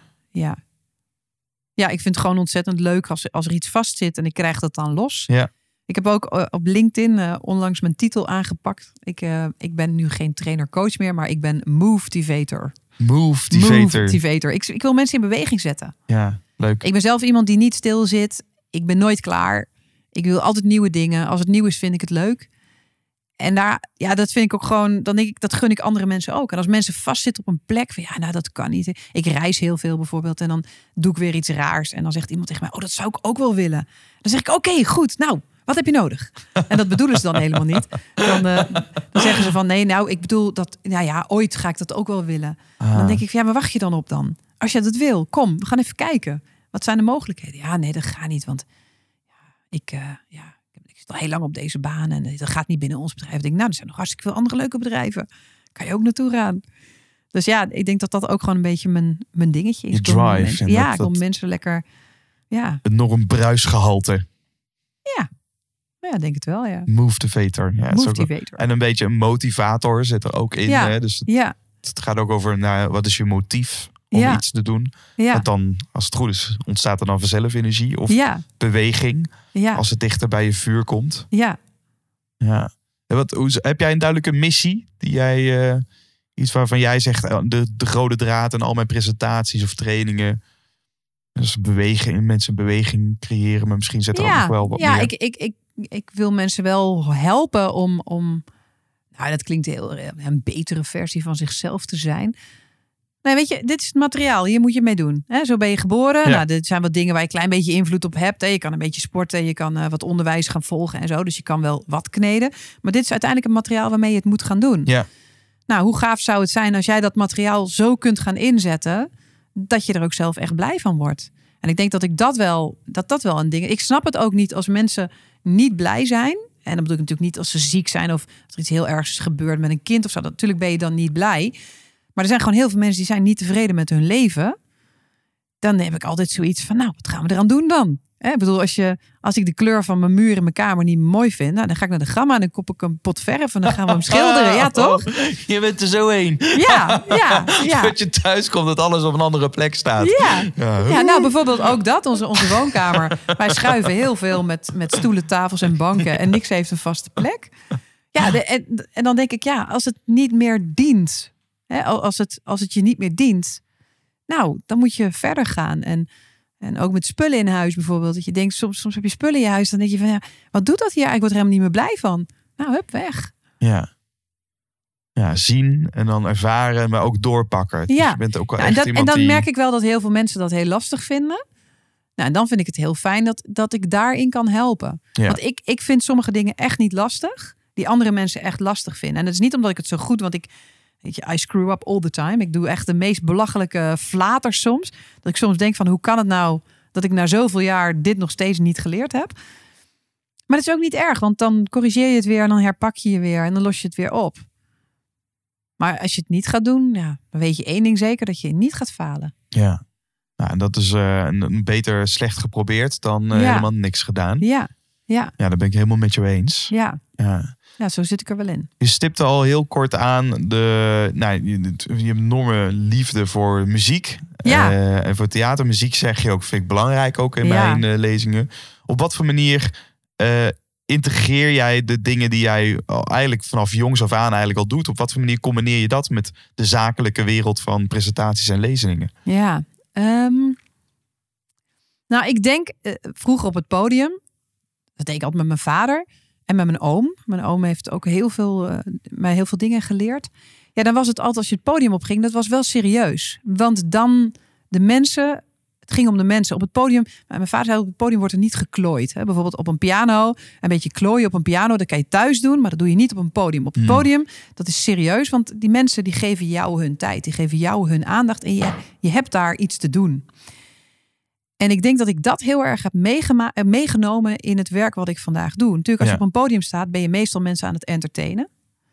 Ja, ik vind het gewoon ontzettend leuk als er iets vastzit en ik krijg dat dan los. Ja. Ik heb ook op LinkedIn onlangs mijn titel aangepakt. Ik ben nu geen trainer-coach meer, maar ik ben Movetivator. Movetivator. Ik wil mensen in beweging zetten. Ja, leuk. Ik ben zelf iemand die niet stil zit. Ik ben nooit klaar. Ik wil altijd nieuwe dingen. Als het nieuw is, vind ik het leuk. En dat vind ik ook gewoon, dan denk ik, dat gun ik andere mensen ook. En als mensen vastzitten op een plek, van dat kan niet. Ik reis heel veel bijvoorbeeld en dan doe ik weer iets raars. En dan zegt iemand tegen mij, dat zou ik ook wel willen. Dan zeg ik, oké, goed, nou, wat heb je nodig? En dat bedoelen ze dan helemaal niet. Dan zeggen ze van, nee, nou, ik bedoel dat, ooit ga ik dat ook wel willen. Dan denk ik, waar wacht je dan op dan? Als je dat wil, kom, we gaan even kijken. Wat zijn de mogelijkheden? Ja, nee, dat gaat niet, want ik zit al heel lang op deze baan en dat gaat niet binnen ons bedrijf. Ik denk, er zijn nog hartstikke veel andere leuke bedrijven. Kan je ook naartoe gaan. Dus ik denk dat dat ook gewoon een beetje mijn dingetje is. Je drive. Ik wil mensen lekker, enorm bruisgehalte. Ja, denk het wel, ja. Movetivator. Ja, Movetivator. En een beetje een motivator zit er ook in. Ja. Hè? Dus het gaat ook over, wat is je motief om iets te doen? Ja. Want dan, als het goed is, ontstaat er dan vanzelf energie of beweging. Ja. Als het dichter bij je vuur komt. Ja. Ja. Heb jij een duidelijke missie? Die jij, iets waarvan jij zegt, de rode draad en al mijn presentaties of trainingen. Dus mensen beweging creëren, maar misschien zit er ook nog wel wat meer. Ik wil mensen wel helpen om dat klinkt heel een betere versie van zichzelf te zijn. Nee, weet je, dit is het materiaal. Hier moet je mee doen. Zo ben je geboren. Ja. Dit zijn wat dingen waar je een klein beetje invloed op hebt. Je kan een beetje sporten. Je kan wat onderwijs gaan volgen en zo. Dus je kan wel wat kneden. Maar dit is uiteindelijk een materiaal waarmee je het moet gaan doen. Ja. Nou, hoe gaaf zou het zijn als jij dat materiaal zo kunt gaan inzetten dat je er ook zelf echt blij van wordt. En ik denk dat dat wel een ding is. Ik snap het ook niet als mensen niet blij zijn. En dan bedoel ik natuurlijk niet als ze ziek zijn of als er iets heel ergs is gebeurd met een kind of zo. Natuurlijk ben je dan niet blij. Maar er zijn gewoon heel veel mensen die zijn niet tevreden met hun leven. Dan heb ik altijd zoiets van, wat gaan we eraan doen dan? Ik bedoel, als ik de kleur van mijn muur in mijn kamer niet mooi vind, dan ga ik naar de Gamma en dan kop ik een pot verf en dan gaan we hem schilderen. Ja, toch? Je bent er zo heen. Ja. Dat je thuis komt, dat alles op een andere plek staat. Ja, nou bijvoorbeeld ook dat, onze woonkamer. Wij schuiven heel veel met stoelen, tafels en banken en niks heeft een vaste plek. Ja, en dan denk ik, als het niet meer dient, als het je niet meer dient, dan moet je verder gaan. En ook met spullen in huis bijvoorbeeld. Dat je denkt, soms heb je spullen in je huis. Dan denk je van, wat doet dat hier? Ik word er helemaal niet meer blij van. Nou, hup, weg. Ja, zien en dan ervaren, maar ook doorpakken. Dus je bent ook wel echt iemand en dan merk ik wel dat heel veel mensen dat heel lastig vinden. Nou, en dan vind ik het heel fijn dat ik daarin kan helpen. Ja. Want ik vind sommige dingen echt niet lastig. Die andere mensen echt lastig vinden. En dat is niet omdat ik het zo goed, want I screw up all the time. Ik doe echt de meest belachelijke flaters soms. Dat ik soms denk van, hoe kan het nou dat ik na zoveel jaar dit nog steeds niet geleerd heb? Maar dat is ook niet erg, want dan corrigeer je het weer en dan herpak je weer en dan los je het weer op. Maar als je het niet gaat doen, dan weet je één ding zeker, dat je niet gaat falen. Ja, en dat is beter slecht geprobeerd dan helemaal niks gedaan. Ja, daar ben ik helemaal met je eens. Ja, zo zit ik er wel in. Je stipte al heel kort aan je hebt een enorme liefde voor muziek. En voor theatermuziek zeg je ook, vind ik belangrijk ook in mijn lezingen. Op wat voor manier integreer jij de dingen die jij eigenlijk vanaf jongs af aan eigenlijk al doet? Op wat voor manier combineer je dat met de zakelijke wereld van presentaties en lezingen? Ja, nou, ik denk vroeger op het podium, dat deed ik altijd met mijn vader en met mijn oom. Mijn oom heeft ook mij heel veel dingen geleerd. Ja, dan was het altijd als je het podium opging, dat was wel serieus. Want dan de mensen, het ging om de mensen. Op het podium, mijn vader zei, op het podium wordt er niet geklooid. Hè? Bijvoorbeeld op een piano, een beetje klooien op een piano, dat kan je thuis doen, maar dat doe je niet op een podium. Op het podium, dat is serieus, want die mensen die geven jou hun tijd, die geven jou hun aandacht en je hebt daar iets te doen. En ik denk dat ik dat heel erg heb meegenomen in het werk wat ik vandaag doe. Natuurlijk, als je op een podium staat, ben je meestal mensen aan het entertainen.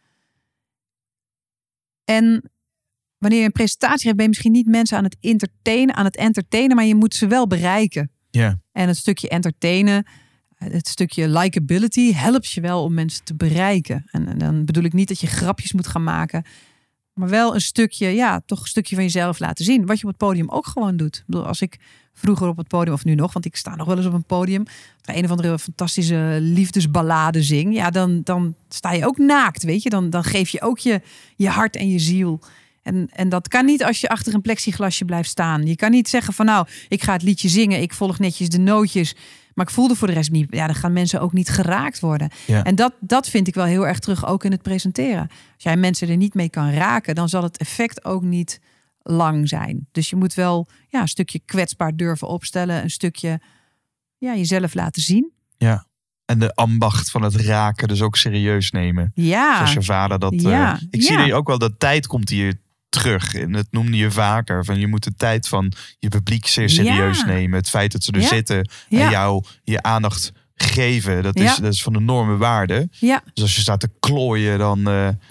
En wanneer je een presentatie hebt, ben je misschien niet mensen aan het entertainen, maar je moet ze wel bereiken. Ja. En het stukje entertainen, het stukje likability, helpt je wel om mensen te bereiken. En dan bedoel ik niet dat je grapjes moet gaan maken, maar wel een stukje, toch een stukje van jezelf laten zien. Wat je op het podium ook gewoon doet. Ik bedoel, als ik vroeger op het podium, of nu nog, want ik sta nog wel eens op een podium, een of andere fantastische liefdesballade zing, ja, dan sta je ook naakt, weet je. Dan geef je ook je hart en je ziel. En dat kan niet als je achter een plexiglasje blijft staan. Je kan niet zeggen van nou, ik ga het liedje zingen, ik volg netjes de nootjes, maar ik voel er voor de rest niet. Ja, dan gaan mensen ook niet geraakt worden. Ja. En dat vind ik wel heel erg terug ook in het presenteren. Als jij mensen er niet mee kan raken, dan zal het effect ook niet lang zijn. Dus je moet wel een stukje kwetsbaar durven opstellen, een stukje jezelf laten zien. Ja. En de ambacht van het raken dus ook serieus nemen. Ja. Zoals je vader dat... ik zie er ook wel, dat tijd komt hier terug. En dat noemde je vaker. Van je moet de tijd van je publiek zeer serieus nemen. Het feit dat ze er zitten en jou je aandacht geven. Dat is van enorme waarde. Ja. Dus als je staat te klooien, dan...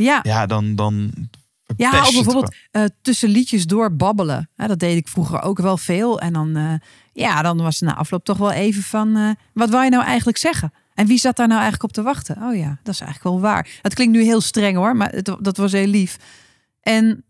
Ja, of bijvoorbeeld tussen liedjes door babbelen. Dat deed ik vroeger ook wel veel. En dan was het na afloop toch wel even van... wat wou je nou eigenlijk zeggen? En wie zat daar nou eigenlijk op te wachten? Oh ja, dat is eigenlijk wel waar. Het klinkt nu heel streng hoor, maar dat was heel lief. En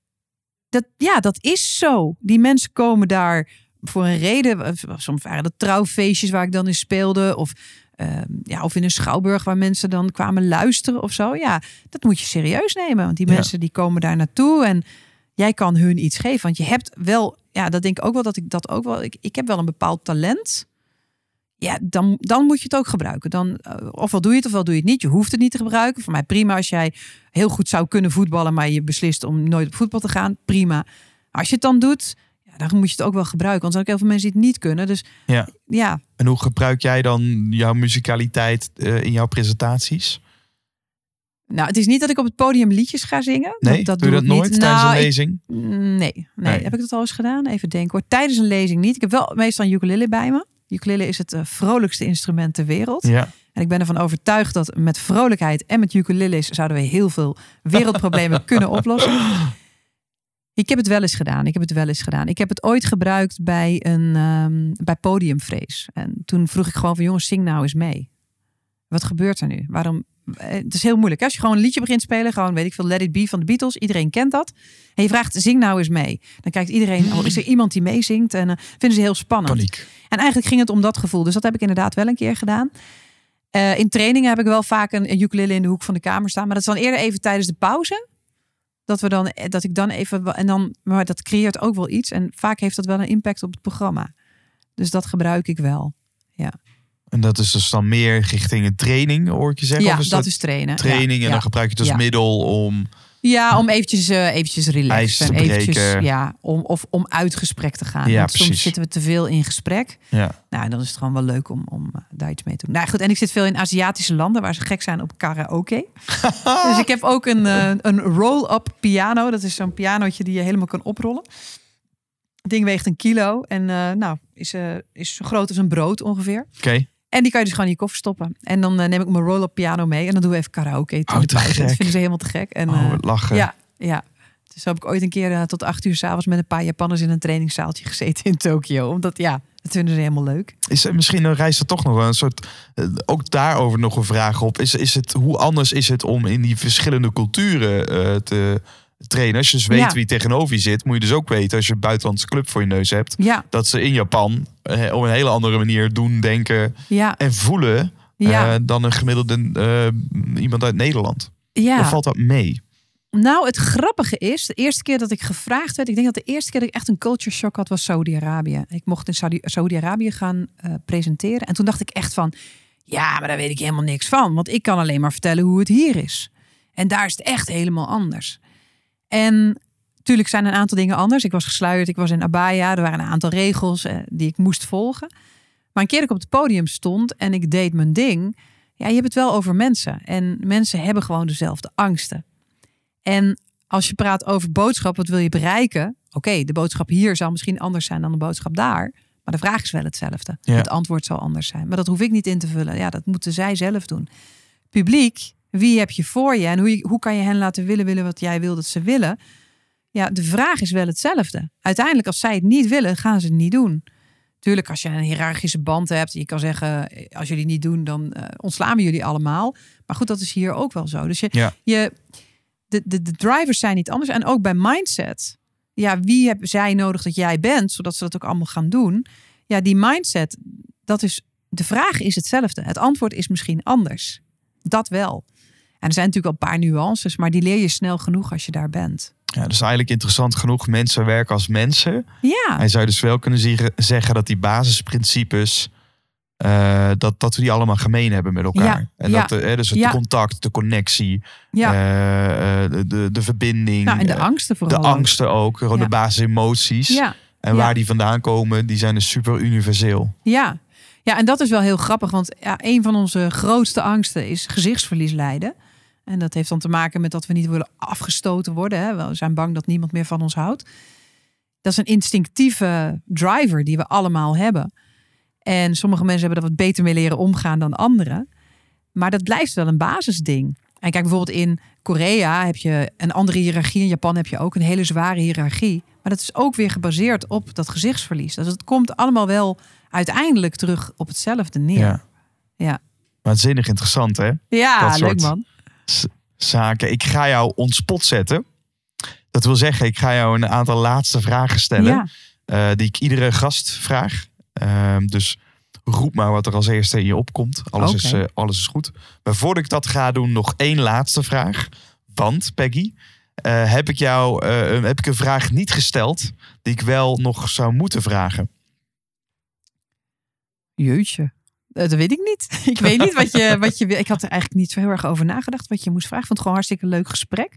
dat is zo. Die mensen komen daar voor een reden. Soms waren dat trouwfeestjes waar ik dan in speelde. Of in een schouwburg waar mensen dan kwamen luisteren of zo. Ja, dat moet je serieus nemen. Want die mensen die komen daar naartoe en jij kan hun iets geven. Want je hebt wel, dat denk ik ook wel dat ik dat ook wel... Ik heb wel een bepaald talent. Ja, dan moet je het ook gebruiken. Dan, ofwel doe je het, ofwel doe je het niet. Je hoeft het niet te gebruiken. Voor mij prima als jij heel goed zou kunnen voetballen, maar je beslist om nooit op voetbal te gaan. Prima. Als je het dan doet, dan moet je het ook wel gebruiken. Want er zijn ook heel veel mensen die het niet kunnen. Dus ja. En hoe gebruik jij dan jouw muzikaliteit in jouw presentaties? Nou, het is niet dat ik op het podium liedjes ga zingen. Nee, dat doe je dat nooit tijdens een lezing? Nee. Heb ik dat al eens gedaan? Even denken hoor. Tijdens een lezing niet. Ik heb wel meestal een ukulele bij me. Ukulele is het vrolijkste instrument ter wereld. Ja. En ik ben ervan overtuigd dat met vrolijkheid en met ukuleles zouden we heel veel wereldproblemen kunnen oplossen. Ik heb het wel eens gedaan. Ik heb het ooit gebruikt bij Podiumvrees. En toen vroeg ik gewoon van jongens, zing nou eens mee. Wat gebeurt er nu? Waarom? Het is heel moeilijk. Als je gewoon een liedje begint spelen, gewoon weet ik veel, Let It Be van de Beatles. Iedereen kent dat. En je vraagt, zing nou eens mee. Dan kijkt iedereen, is er iemand die meezingt? En vinden ze heel spannend. Paniek. En eigenlijk ging het om dat gevoel. Dus dat heb ik inderdaad wel een keer gedaan. In trainingen heb ik wel vaak een ukulele in de hoek van de kamer staan. Maar dat is dan eerder even tijdens de pauze. Dat ik dan even... Maar dat creëert ook wel iets. En vaak heeft dat wel een impact op het programma. Dus dat gebruik ik wel. Ja. En dat is dus dan meer richting een training, hoor ik je zeggen? Ja, of is dat is trainen. Training en dan gebruik je het als middel om... Ja, om eventjes relaxen. En eventjes, om uit gesprek te gaan. Ja, want soms zitten we te veel in gesprek. Ja. Nou, dan is het gewoon wel leuk om daar iets mee te doen. Nou goed, en ik zit veel in Aziatische landen waar ze gek zijn op karaoke. Dus ik heb ook een roll-up piano. Dat is zo'n pianootje die je helemaal kan oprollen. Het ding weegt 1 kilo en is zo groot als een brood ongeveer. Oké. En die kan je dus gewoon in je koffer stoppen. En dan neem ik mijn roll-up piano mee. En dan doen we even karaoke. Dat vinden ze helemaal te gek. En, lachen. Ja. Dus heb ik ooit een keer tot 8 uur 's avonds met een paar Japanners in een trainingszaaltje gezeten in Tokio. Omdat dat vinden ze helemaal leuk. Misschien reist er toch nog wel een soort... ook daarover nog een vraag op. Hoe anders is het om in die verschillende culturen te trainen? Als je dus weet wie tegenover je zit, moet je dus ook weten als je een buitenlandse club voor je neus hebt, dat ze in Japan op een hele andere manier doen, denken en voelen dan een gemiddelde iemand uit Nederland. Ja. Of valt dat mee? Nou, het grappige is, de eerste keer dat ik gevraagd werd, ik denk dat de eerste keer dat ik echt een culture shock had, was Saudi-Arabië. Ik mocht in Saudi-Arabië gaan presenteren. En toen dacht ik echt van, ja, maar daar weet ik helemaal niks van. Want ik kan alleen maar vertellen hoe het hier is. En daar is het echt helemaal anders. En natuurlijk zijn een aantal dingen anders. Ik was gesluierd, ik was in abaya. Er waren een aantal regels die ik moest volgen. Maar een keer dat ik op het podium stond en ik deed mijn ding. Ja, je hebt het wel over mensen. En mensen hebben gewoon dezelfde angsten. En als je praat over boodschap, wat wil je bereiken? Oké, de boodschap hier zal misschien anders zijn dan de boodschap daar. Maar de vraag is wel hetzelfde. Ja. Het antwoord zal anders zijn. Maar dat hoef ik niet in te vullen. Ja, dat moeten zij zelf doen. Publiek, wie heb je voor je? En hoe kan je hen laten willen wat jij wil dat ze willen? Ja, de vraag is wel hetzelfde. Uiteindelijk, als zij het niet willen, gaan ze het niet doen. Tuurlijk, als je een hiërarchische band hebt, je kan zeggen, als jullie het niet doen, dan ontslaan we jullie allemaal. Maar goed, dat is hier ook wel zo. Dus de drivers zijn niet anders. En ook bij mindset. Ja, wie hebben zij nodig dat jij bent, zodat ze dat ook allemaal gaan doen? Ja, die mindset, dat is, de vraag is hetzelfde. Het antwoord is misschien anders. Dat wel. En er zijn natuurlijk al een paar nuances, maar die leer je snel genoeg als je daar bent. Ja, dat is eigenlijk interessant genoeg. Mensen werken als mensen. Ja. Hij zou dus wel kunnen zeggen dat die basisprincipes, dat we die allemaal gemeen hebben met elkaar. Ja. En dat dus het contact, de connectie, de verbinding. Nou, en de angsten vooral. De angsten ook, gewoon de basisemoties. Ja. En waar die vandaan komen, die zijn dus super universeel. Ja. Ja, en dat is wel heel grappig. Want een van onze grootste angsten is gezichtsverlies lijden. En dat heeft dan te maken met dat we niet willen afgestoten worden. Hè? We zijn bang dat niemand meer van ons houdt. Dat is een instinctieve driver die we allemaal hebben. En sommige mensen hebben er wat beter mee leren omgaan dan anderen. Maar dat blijft wel een basisding. En kijk, bijvoorbeeld in Korea heb je een andere hiërarchie. In Japan heb je ook een hele zware hiërarchie. Maar dat is ook weer gebaseerd op dat gezichtsverlies. Dus het komt allemaal wel uiteindelijk terug op hetzelfde neer. Ja. Waanzinnig interessant, hè? Ja, leuk man. Zaken. Ik ga jou on spot zetten. Dat wil zeggen, ik ga jou een aantal laatste vragen stellen. Die ik iedere gast vraag. Dus roep maar wat er als eerste in je opkomt. Alles is goed. Maar voordat ik dat ga doen, nog één laatste vraag. Want, Peggy, heb ik een vraag niet gesteld die ik wel nog zou moeten vragen? Jeetje. Dat weet ik niet. Ik weet niet wat je wil. Ik had er eigenlijk niet zo heel erg over nagedacht wat je moest vragen. Ik vond het gewoon hartstikke leuk gesprek.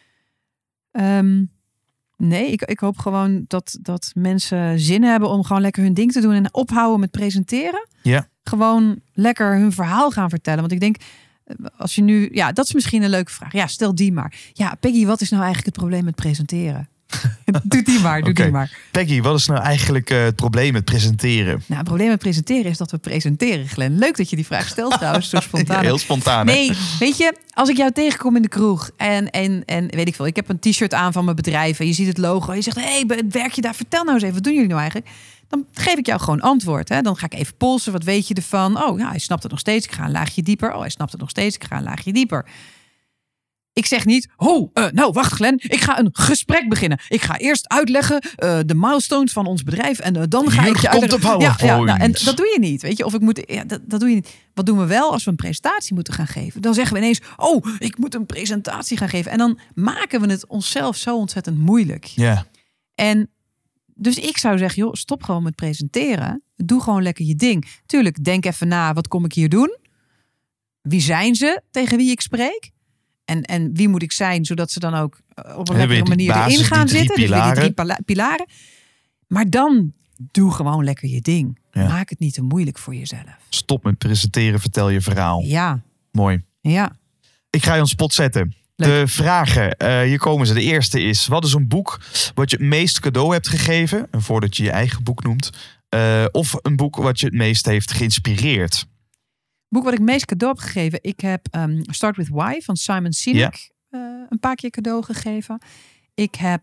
Nee, ik hoop gewoon dat mensen zin hebben om gewoon lekker hun ding te doen en ophouden met presenteren. Ja. Gewoon lekker hun verhaal gaan vertellen. Want ik denk, als je nu, dat is misschien een leuke vraag. Ja, stel die maar. Ja, Peggy, wat is nou eigenlijk het probleem met presenteren? Doe die maar. Peggy, wat is nou eigenlijk het probleem met presenteren? Nou, het probleem met presenteren is dat we presenteren, Glenn. Leuk dat je die vraag stelt trouwens, zo spontaan. Heel spontaan. Nee, weet je, als ik jou tegenkom in de kroeg en weet ik veel, ik heb een t-shirt aan van mijn bedrijf en je ziet het logo en je zegt, hey, werk je daar? Vertel nou eens even, wat doen jullie nou eigenlijk? Dan geef ik jou gewoon antwoord. Hè? Dan ga ik even polsen, wat weet je ervan? Oh, ja, hij snapt het nog steeds, ik ga een laagje dieper. Oh, hij snapt het nog steeds, ik ga een laagje dieper. Ik zeg niet, nou wacht Glenn, ik ga een gesprek beginnen. Ik ga eerst uitleggen de milestones van ons bedrijf en dan ga ik je uitleggen. En dat doe je niet, weet je? Of ik moet, dat doe je niet. Wat doen we wel als we een presentatie moeten gaan geven? Dan zeggen we ineens, ik moet een presentatie gaan geven. En dan maken we het onszelf zo ontzettend moeilijk. Ja. En dus ik zou zeggen, joh, stop gewoon met presenteren. Doe gewoon lekker je ding. Tuurlijk, denk even na, wat kom ik hier doen? Wie zijn ze tegen wie ik spreek? En wie moet ik zijn, zodat ze dan ook op een lekkere manier erin gaan zitten. Dus weer die 3 pilaren. Maar dan doe gewoon lekker je ding. Ja. Maak het niet te moeilijk voor jezelf. Stop met presenteren, vertel je verhaal. Ja. Mooi. Ja. Ik ga je on spot zetten. Leuk. De vragen, hier komen ze. De eerste is, wat is een boek wat je het meest cadeau hebt gegeven? En voordat je je eigen boek noemt. Of een boek wat je het meest heeft geïnspireerd? Boek wat ik meest cadeau heb gegeven. Ik heb Start With Why van Simon Sinek een paar keer cadeau gegeven. Ik heb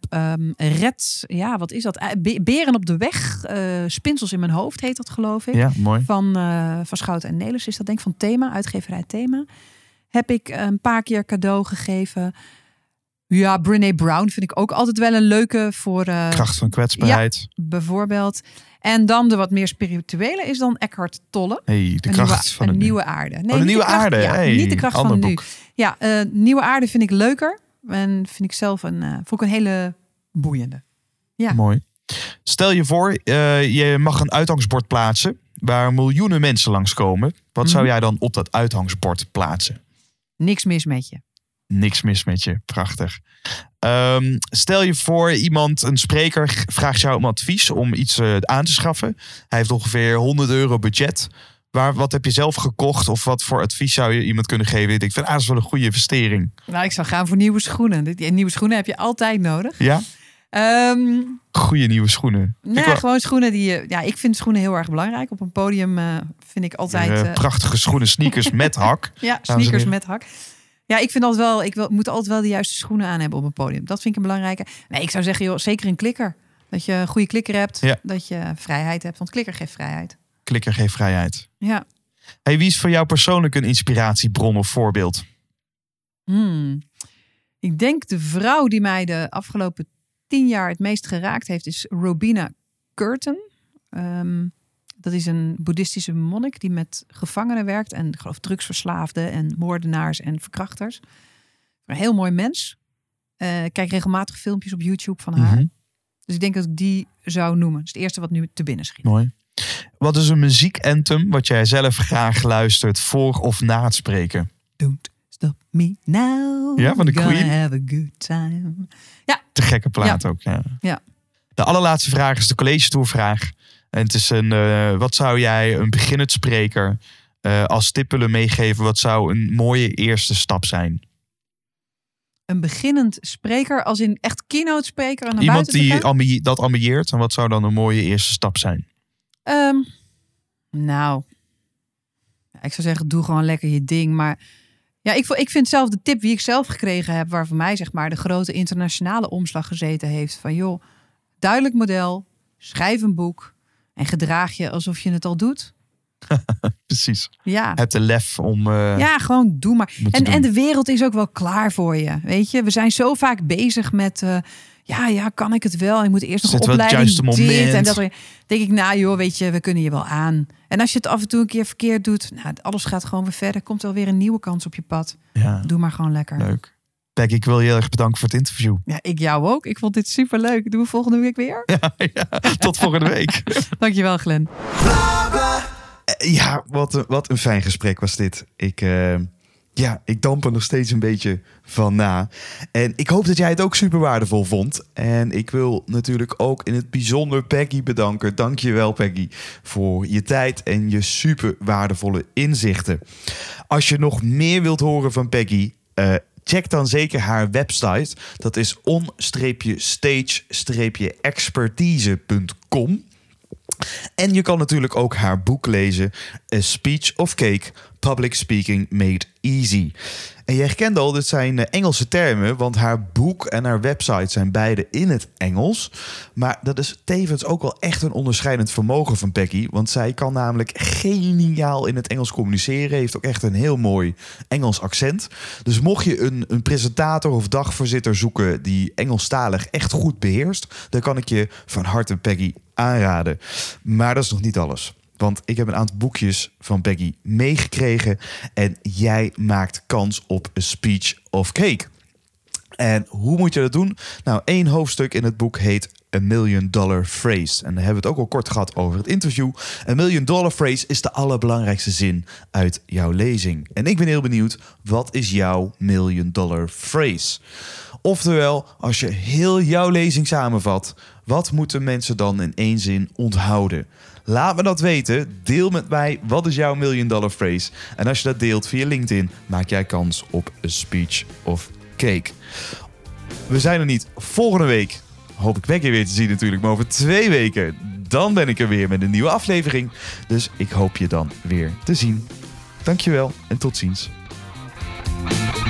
wat is dat? Beren op de weg. Spinsels in mijn hoofd heet dat, geloof ik. Ja, mooi. Van Schouten en Nelis is dat, denk ik, van Thema, uitgeverij Thema. Heb ik een paar keer cadeau gegeven. Ja, Brené Brown vind ik ook altijd wel een leuke voor... Kracht van kwetsbaarheid. Ja, bijvoorbeeld. En dan de wat meer spirituele is dan Eckhart Tolle. Hey, de kracht van een nieuwe aarde. Nee, de nieuwe aarde. Ja, hey, niet de kracht ander van boek. nu. Ja, nieuwe aarde vind ik leuker. En vind ik zelf vond ik een hele boeiende. Ja. Mooi. Stel je voor, je mag een uithangsbord plaatsen waar miljoenen mensen langskomen. Wat zou jij dan op dat uithangsbord plaatsen? Niks mis met je. Niks mis met je. Prachtig. Stel je voor, een spreker vraagt jou om advies om iets aan te schaffen. Hij heeft ongeveer €100 budget. Wat heb je zelf gekocht? Of wat voor advies zou je iemand kunnen geven? Ik vind dat is wel een goede investering. Nou, ik zou gaan voor nieuwe schoenen. Nieuwe schoenen heb je altijd nodig. Ja? Goede nieuwe schoenen. Gewoon schoenen die je... Ja, ik vind schoenen heel erg belangrijk. Op een podium vind ik altijd... prachtige schoenen, sneakers met hak. Ja, sneakers met hak. Ja, ik vind altijd wel... moet altijd wel de juiste schoenen aan hebben op een podium. Dat vind ik een belangrijke. Nee, ik zou zeggen, joh, zeker een klikker. Dat je een goede klikker hebt. Ja. Dat je vrijheid hebt. Want klikker geeft vrijheid. Klikker geeft vrijheid. Ja. Hey, wie is voor jou persoonlijk een inspiratiebron of voorbeeld? Ik denk de vrouw die mij de afgelopen 10 jaar het meest geraakt heeft, is Robina Curtin. Dat is een boeddhistische monnik die met gevangenen werkt. En ik geloof drugsverslaafden en moordenaars en verkrachters. Een heel mooi mens. Ik kijk regelmatig filmpjes op YouTube van haar. Dus ik denk dat ik die zou noemen. Dat is het eerste wat nu te binnen schiet. Mooi. Wat is een muziekanthem wat jij zelf graag luistert voor of na het spreken? Don't stop me now. Ja, van de Queen. Have a good time. Ja. Te gekke plaat ook. Ja. De allerlaatste vraag is de college tourvraag. En het is wat zou jij een beginnend spreker als tip willen meegeven? Wat zou een mooie eerste stap zijn? Een beginnend spreker, als in echt keynote spreker. En iemand die dat ambieert. En wat zou dan een mooie eerste stap zijn? Nou, ik zou zeggen, doe gewoon lekker je ding. Maar ja, ik vind zelf de tip die ik zelf gekregen heb, waar voor mij zeg maar de grote internationale omslag gezeten heeft. Van joh, duidelijk model, schrijf een boek en gedraag je alsof je het al doet. Precies. Ja. Heb de lef om... ja, gewoon doe maar. En de wereld is ook wel klaar voor je. Weet je, we zijn zo vaak bezig met... Ja, kan ik het wel? Je moet eerst nog een opleiding dit en dat. Denk ik, nou joh, weet je, we kunnen je wel aan. En als je het af en toe een keer verkeerd doet, nou, alles gaat gewoon weer verder. Komt wel weer een nieuwe kans op je pad. Ja. Doe maar gewoon lekker. Leuk. Peggy, ik wil je heel erg bedanken voor het interview. Ja, ik jou ook. Ik vond dit superleuk. Doen we volgende week weer? Ja, tot volgende week. Dankjewel, Glenn. Ja, wat een fijn gesprek was dit. Ik damp er nog steeds een beetje van na. En ik hoop dat jij het ook super waardevol vond. En ik wil natuurlijk ook in het bijzonder Peggy bedanken. Dank je wel, Peggy, voor je tijd en je super waardevolle inzichten. Als je nog meer wilt horen van Peggy, check dan zeker haar website. Dat is on-stage-expertise.com. En je kan natuurlijk ook haar boek lezen, A Speech of Cake, Public Speaking Made Easy. En je herkent al, dit zijn Engelse termen, want haar boek en haar website zijn beide in het Engels. Maar dat is tevens ook wel echt een onderscheidend vermogen van Peggy, want zij kan namelijk geniaal in het Engels communiceren, heeft ook echt een heel mooi Engels accent. Dus mocht je een presentator of dagvoorzitter zoeken die Engelstalig echt goed beheerst, dan kan ik je van harte Peggy aanraden. Maar dat is nog niet alles. Want ik heb een aantal boekjes van Peggy meegekregen. En jij maakt kans op A Speech of Cake. En hoe moet je dat doen? Nou, 1 hoofdstuk in het boek heet A $1 Million Phrase. En daar hebben we het ook al kort gehad over het interview. A $1 Million Phrase is de allerbelangrijkste zin uit jouw lezing. En ik ben heel benieuwd, wat is jouw $1 Million Phrase? Oftewel, als je heel jouw lezing samenvat, wat moeten mensen dan in 1 zin onthouden? Laat me dat weten. Deel met mij, wat is jouw $1 Million Phrase? En als je dat deelt via LinkedIn, maak jij kans op A Speech of Cake. We zijn er niet volgende week. Hoop ik Peggy weer te zien natuurlijk. Maar over 2 weken, dan ben ik er weer met een nieuwe aflevering. Dus ik hoop je dan weer te zien. Dankjewel en tot ziens.